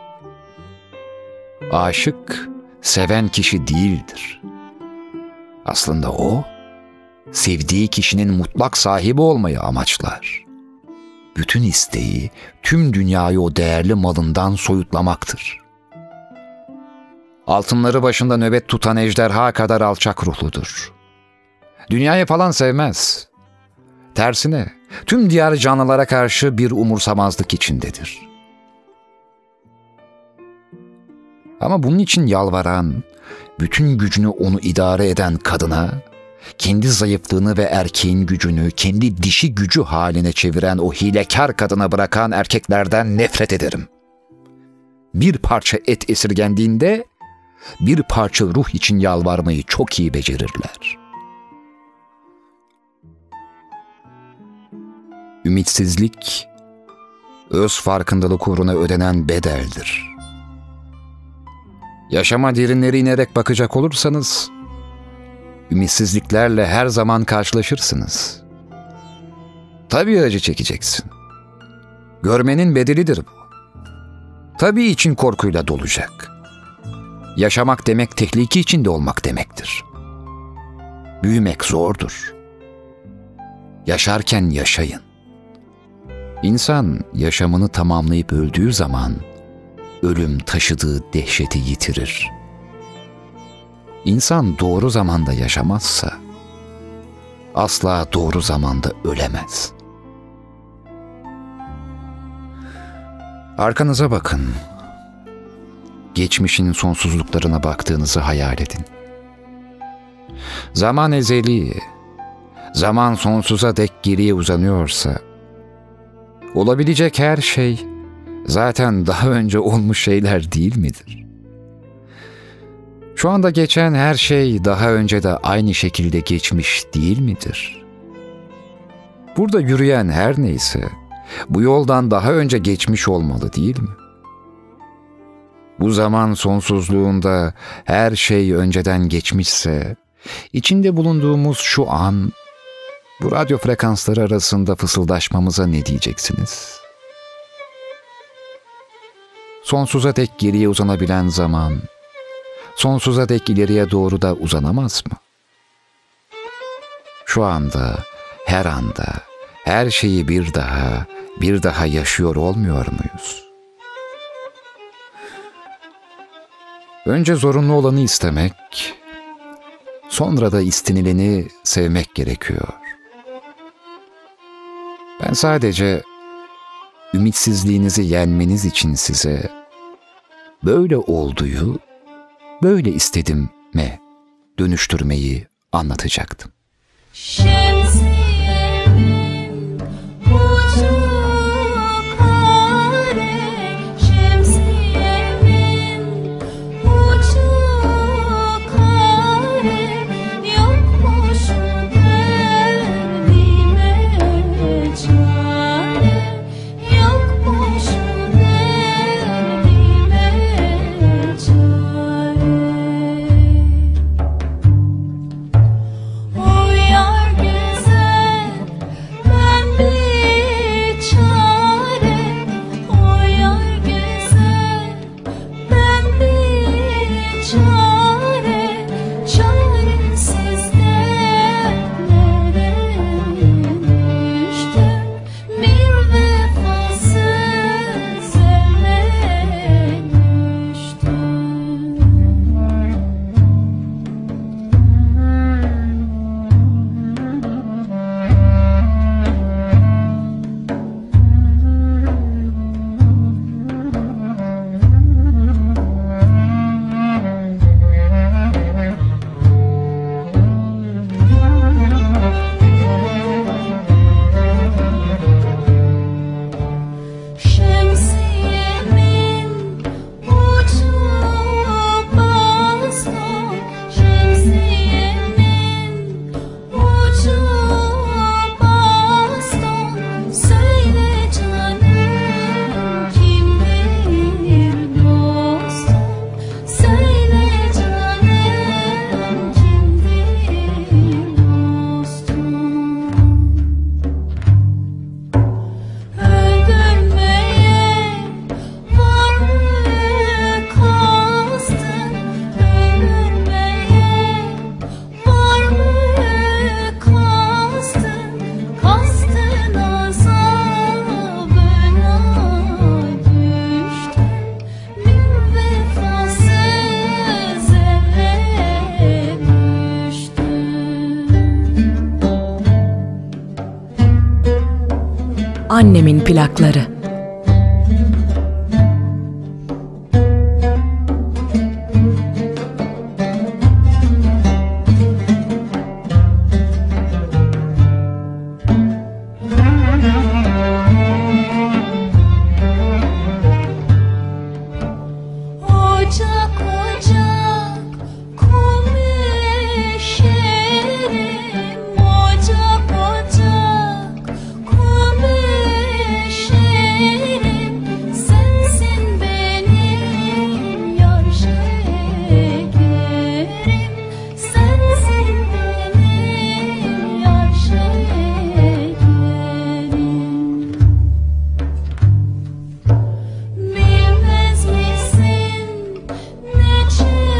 Aşık, seven kişi değildir. Aslında o, sevdiği kişinin mutlak sahibi olmayı amaçlar. Bütün isteği, tüm dünyayı o değerli malından soyutlamaktır. Altınları başında nöbet tutan ejderha kadar alçak ruhludur. Dünyayı falan sevmez. Tersine, tüm diğer canlılara karşı bir umursamazlık içindedir. Ama bunun için yalvaran, bütün gücünü onu idare eden kadına, kendi zayıflığını ve erkeğin gücünü kendi dişi gücü haline çeviren o hilekar kadına bırakan erkeklerden nefret ederim. Bir parça et esirgendiğinde, bir parça ruh için yalvarmayı çok iyi becerirler. Ümitsizlik, öz farkındalık uğruna ödenen bedeldir. Yaşama derinleri inerek bakacak olursanız, ümitsizliklerle her zaman karşılaşırsınız. Tabii acı çekeceksin. Görmenin bedelidir bu. Tabii için korkuyla dolacak. Yaşamak demek tehlike içinde olmak demektir. Büyümek zordur. Yaşarken yaşayın. İnsan yaşamını tamamlayıp öldüğü zaman ölüm taşıdığı dehşeti yitirir. İnsan doğru zamanda yaşamazsa asla doğru zamanda ölemez. Arkanıza bakın. Geçmişin sonsuzluklarına baktığınızı hayal edin. Zaman ezeli, zaman sonsuza dek geriye uzanıyorsa, olabilecek her şey zaten daha önce olmuş şeyler değil midir? Şu anda geçen her şey daha önce de aynı şekilde geçmiş değil midir? Burada yürüyen her neyse, bu yoldan daha önce geçmiş olmalı değil mi? Bu zaman sonsuzluğunda her şey önceden geçmişse, içinde bulunduğumuz şu an, bu radyo frekansları arasında fısıldaşmamıza ne diyeceksiniz? Sonsuza dek geriye uzanabilen zaman, sonsuza dek ileriye doğru da uzanamaz mı? Şu anda, her anda, her şeyi bir daha yaşıyor olmuyor muyuz? Önce zorunlu olanı istemek, sonra da istenileni sevmek gerekiyor. Ben sadece ümitsizliğinizi yenmeniz için size böyle olduğu, böyle istedim'e dönüştürmeyi anlatacaktım. Şemsiyemin ucu kare, şemsiyemin ucu kare, yokmuş derdime çare, yokmuş derdime çare. O yar güzel, ben bir çare. O yar güzel, ben bir çare. Çaresiz dertlere düştüm, bir vefasız ele düştüm. Şemsiyemin ucu baston, şemsiyemin ucu baston. Söyle canım, kimdir dostum? Söyle canım, kimdir dostum? Öldürmeye var mı kastın? Öldürmeye var mı kastın? Kastın azabına düştüm, bir vefasız ele düştüm. Annemin plakları. Ocak ocak kum eşerim, ocak ocak kum eşerim. Sensin benim yar şekerim, sensin benim yar şekerim. Bilmez misin ne çekerim?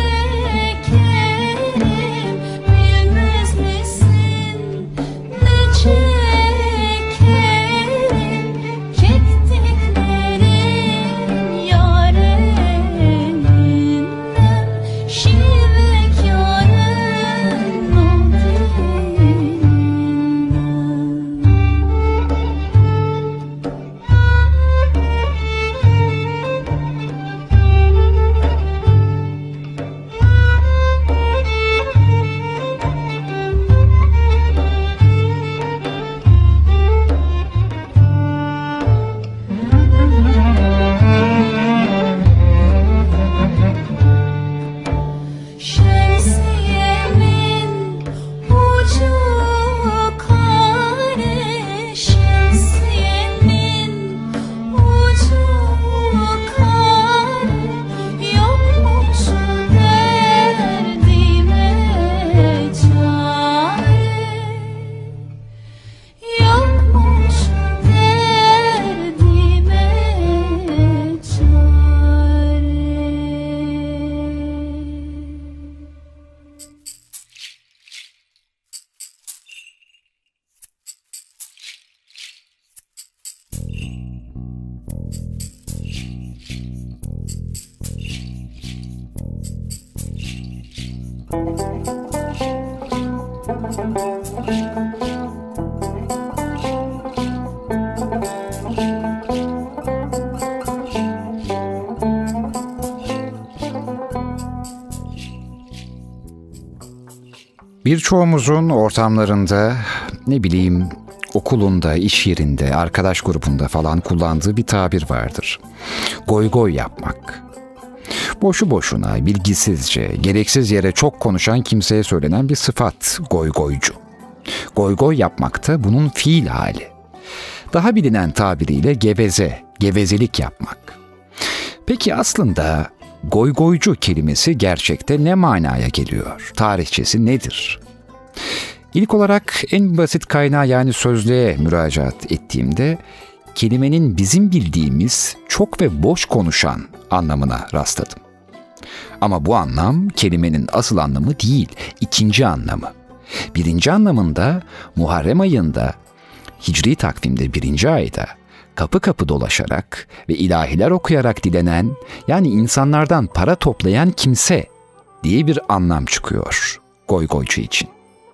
Birçoğumuzun ortamlarında, ne bileyim, okulunda, iş yerinde, arkadaş grubunda falan kullandığı bir tabir vardır. Goy goy yapmak. Boşu boşuna, bilgisizce, gereksiz yere çok konuşan kimseye söylenen bir sıfat goy goycu. Goy goy yapmak da bunun fiil hali. Daha bilinen tabiriyle geveze, gevezelik yapmak. Peki aslında goy goycu kelimesi gerçekte ne manaya geliyor? Tarihçesi nedir? İlk olarak en basit kaynağı yani sözlüğe müracaat ettiğimde kelimenin bizim bildiğimiz çok ve boş konuşan anlamına rastladım. Ama bu anlam kelimenin asıl anlamı değil, ikinci anlamı. Birinci anlamında Muharrem ayında, Hicri takvimde 1. ayda kapı kapı dolaşarak ve ilahiler okuyarak dilenen, yani insanlardan para toplayan kimse diye bir anlam çıkıyor goygoycu için.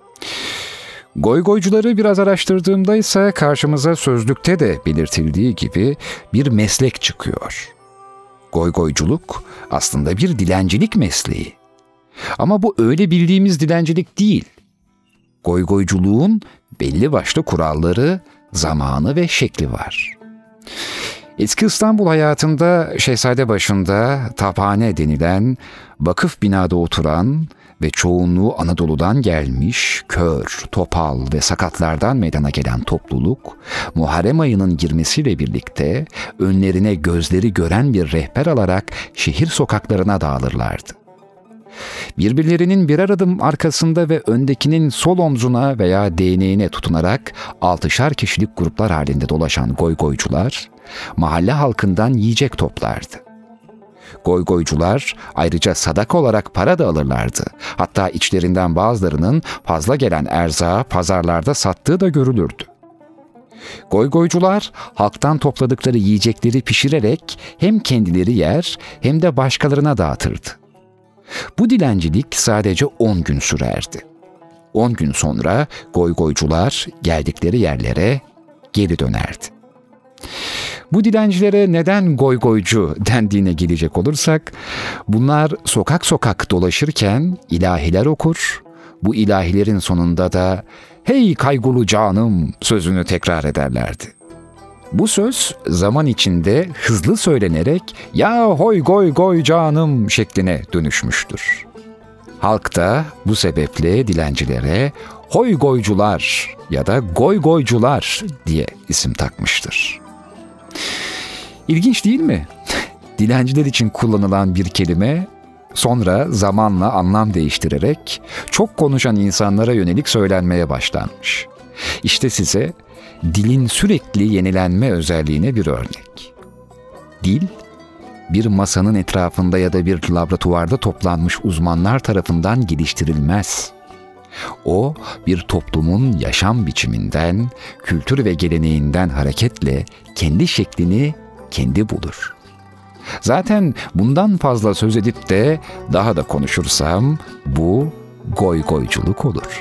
Goygoycuları biraz araştırdığımda ise karşımıza sözlükte de belirtildiği gibi bir meslek çıkıyor. Goygoyculuk aslında bir dilencilik mesleği. Ama bu öyle bildiğimiz dilencilik değil. Goygoyculuğun belli başlı kuralları, zamanı ve şekli var. Eski İstanbul hayatında Şehzadebaşı'nda taphane denilen vakıf binada oturan ve çoğunluğu Anadolu'dan gelmiş, kör, topal ve sakatlardan meydana gelen topluluk, Muharrem ayının girmesiyle birlikte önlerine gözleri gören bir rehber alarak şehir sokaklarına dağılırlardı. Birbirlerinin birer adım arkasında ve öndekinin sol omzuna veya değneğine tutunarak 6'şar kişilik gruplar halinde dolaşan goygoycular, mahalle halkından yiyecek toplardı. Goygoycular ayrıca sadaka olarak para da alırlardı. Hatta içlerinden bazılarının fazla gelen erzağı pazarlarda sattığı da görülürdü. Goygoycular halktan topladıkları yiyecekleri pişirerek hem kendileri yer hem de başkalarına dağıtırdı. Bu dilencilik sadece 10 gün sürerdi. 10 gün sonra goygoycular geldikleri yerlere geri dönerdi. Bu dilencilere neden goygoycu dendiğine gelecek olursak, bunlar sokak sokak dolaşırken ilahiler okur, bu ilahilerin sonunda da "Hey kaygulu canım" sözünü tekrar ederlerdi. Bu söz zaman içinde hızlı söylenerek "Ya hoy goy goy canım" şekline dönüşmüştür. Halk da bu sebeple dilencilere hoy goycular ya da goy goycular diye isim takmıştır. İlginç değil mi? Dilenciler için kullanılan bir kelime sonra zamanla anlam değiştirerek çok konuşan insanlara yönelik söylenmeye başlanmış. İşte size dilin sürekli yenilenme özelliğine bir örnek. Dil, bir masanın etrafında ya da bir laboratuvarda toplanmış uzmanlar tarafından geliştirilmez. O, bir toplumun yaşam biçiminden, kültür ve geleneğinden hareketle kendi şeklini kendi bulur. Zaten bundan fazla söz edip de daha da konuşursam bu goygoyculuk olur.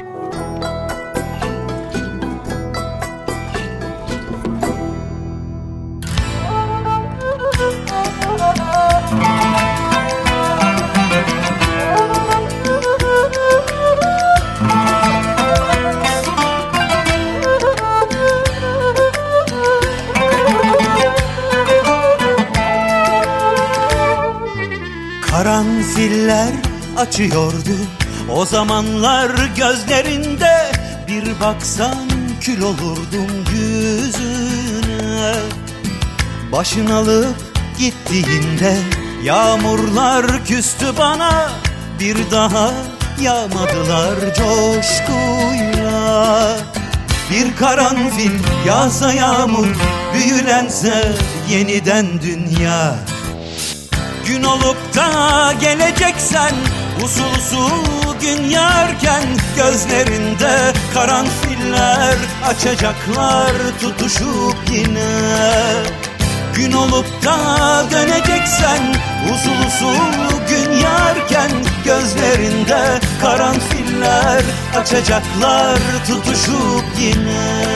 Karanfiller açıyordu o zamanlar gözlerinde, bir baksan kül olurdum yüzüne. Başın alıp gittiğinde yağmurlar küstü bana, bir daha yağmadılar coşkuyla. Bir karanfil yağsa yağmur, büyülense yeniden dünya. Gün olup da geleceksen usul usul gün yarken, gözlerinde karanfiller açacaklar tutuşup yine. Gün olup da döneceksen usul usul gün yarken, gözlerinde karanfiller açacaklar tutuşup yine.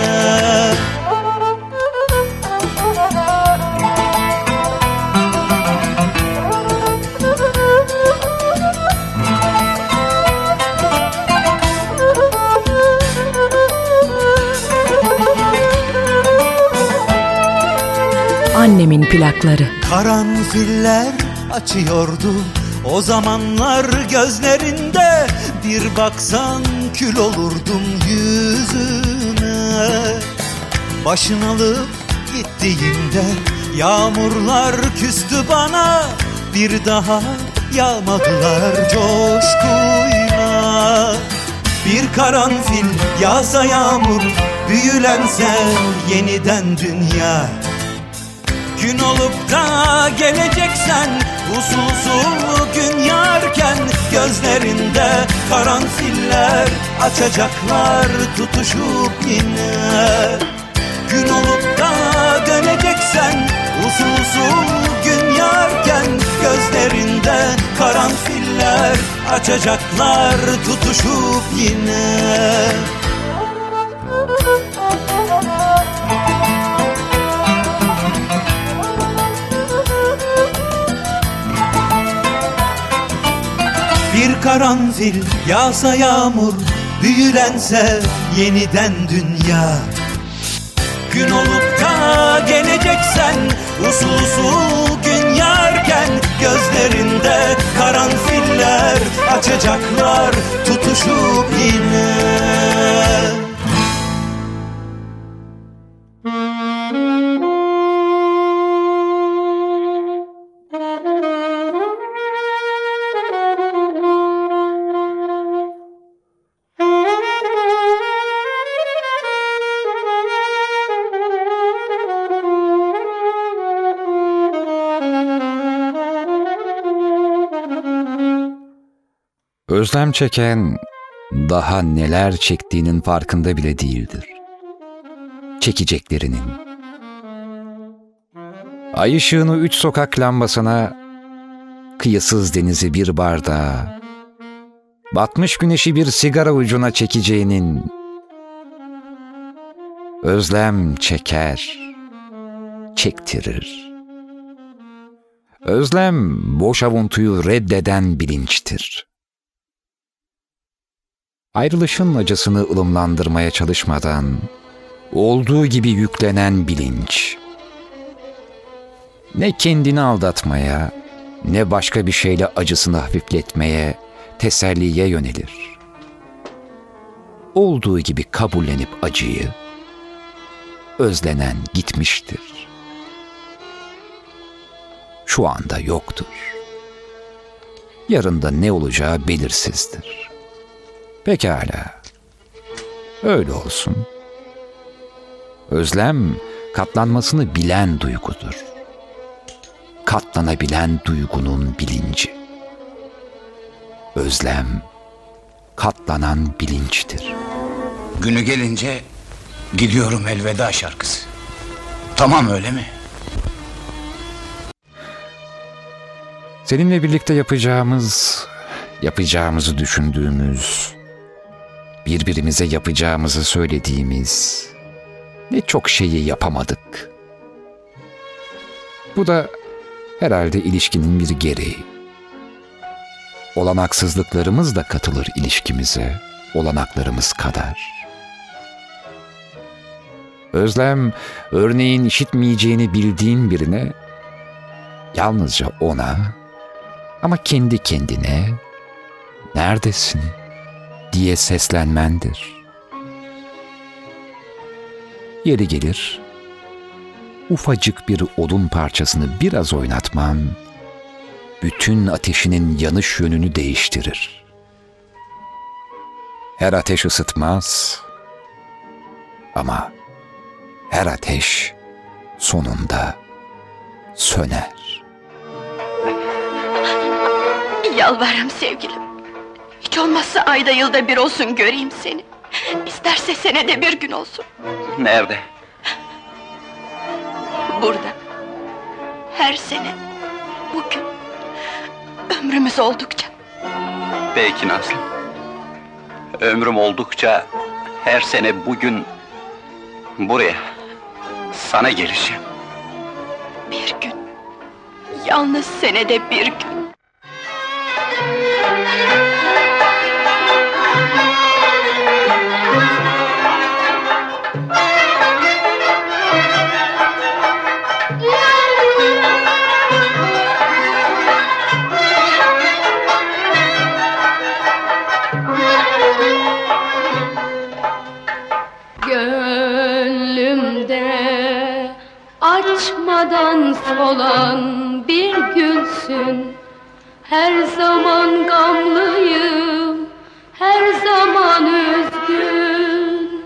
Annemin plakları. Karanfiller açıyordu o zamanlar gözlerinde. Bir baksan kül olurdum yüzüne. Başın alıp gittiğinde yağmurlar küstü bana. Bir daha yağmadılar coşkuyla. Bir karanfil yağsa yağmur, büyülense yeniden dünya. Gün olup da geleceksen usul usul gün yarken, gözlerinde karanfiller açacaklar tutuşup yine. Gün olup da döneceksen usul usul gün yarken, gözlerinde karanfiller açacaklar tutuşup yine. Bir karanfil yağsa yağmur, büyülense yeniden dünya. Gün olup da geleceksen usul usul gün yarken, gözlerinde karanfiller açacaklar tutuşup yine. Özlem çeken daha neler çektiğinin farkında bile değildir. Çekeceklerinin. Ay ışığını 3 sokak lambasına, kıyısız denizi bir bardağa, batmış güneşi bir sigara ucuna çekeceğinin. Özlem çeker, çektirir. Özlem boş avuntuyu reddeden bilinçtir. Ayrılışın acısını ılımlandırmaya çalışmadan olduğu gibi yüklenen bilinç. Ne kendini aldatmaya, ne başka bir şeyle acısını hafifletmeye, teselliye yönelir. Olduğu gibi kabullenip acıyı, özlenen gitmiştir. Şu anda yoktur. Yarında ne olacağı belirsizdir. Pekala, öyle olsun. Özlem, katlanmasını bilen duygudur. Katlanabilen duygunun bilinci. Özlem, katlanan bilinçtir. Günü gelince gidiyorum elveda şarkısı. Tamam, öyle mi? Seninle birlikte yapacağımızı düşündüğümüz, birbirimize yapacağımızı söylediğimiz ne çok şeyi yapamadık. Bu da herhalde ilişkinin bir gereği. Olanaksızlıklarımız da katılır ilişkimize, olanaklarımız kadar. Özlem, örneğin işitmeyeceğini bildiğin birine, yalnızca ona ama kendi kendine "Neredesin?" diye seslenmendir. Yeri gelir, ufacık bir odun parçasını biraz oynatman, bütün ateşinin yanış yönünü değiştirir. Her ateş ısıtmaz ama her ateş sonunda söner. Yalvarırım sevgilim. Hiç olmazsa ayda yılda bir olsun göreyim seni. İsterse senede bir gün olsun. Nerede? Burada. Her sene. Bugün. Ömrümüz oldukça. Peki Nazlı. Ömrüm oldukça her sene bugün buraya, sana geleceğim. Bir gün. Yalnız senede bir gün. La solan bir gülsün. Her zaman gamlıyım, her zaman üzgün.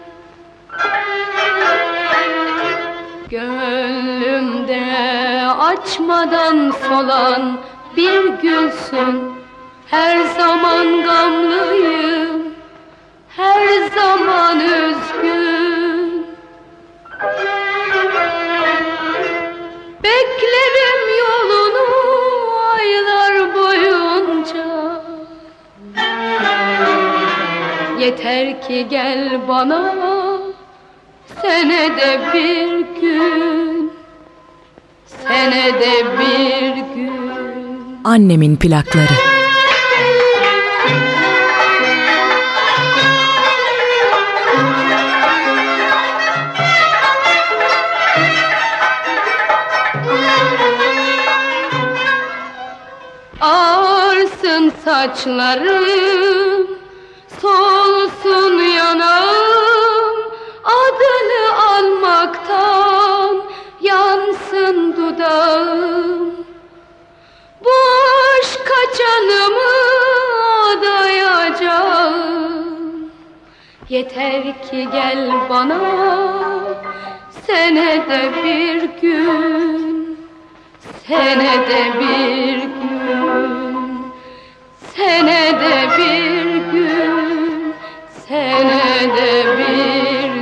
Gönlümde açmadan solan bir gülsün. Her zaman gamlıyım, her zaman üzgün. Beklerim yolunu aylar boyunca. Yeter ki gel bana senede bir gün, senede bir gün. Annemin plakları. Ağarsın saçlarım, solsun yanağım, adını almaktan yansın dudağım. Bu aşka canımı adayacağım. Yeter ki gel bana senede bir gün, senede bir gün, senede bir gün, senede bir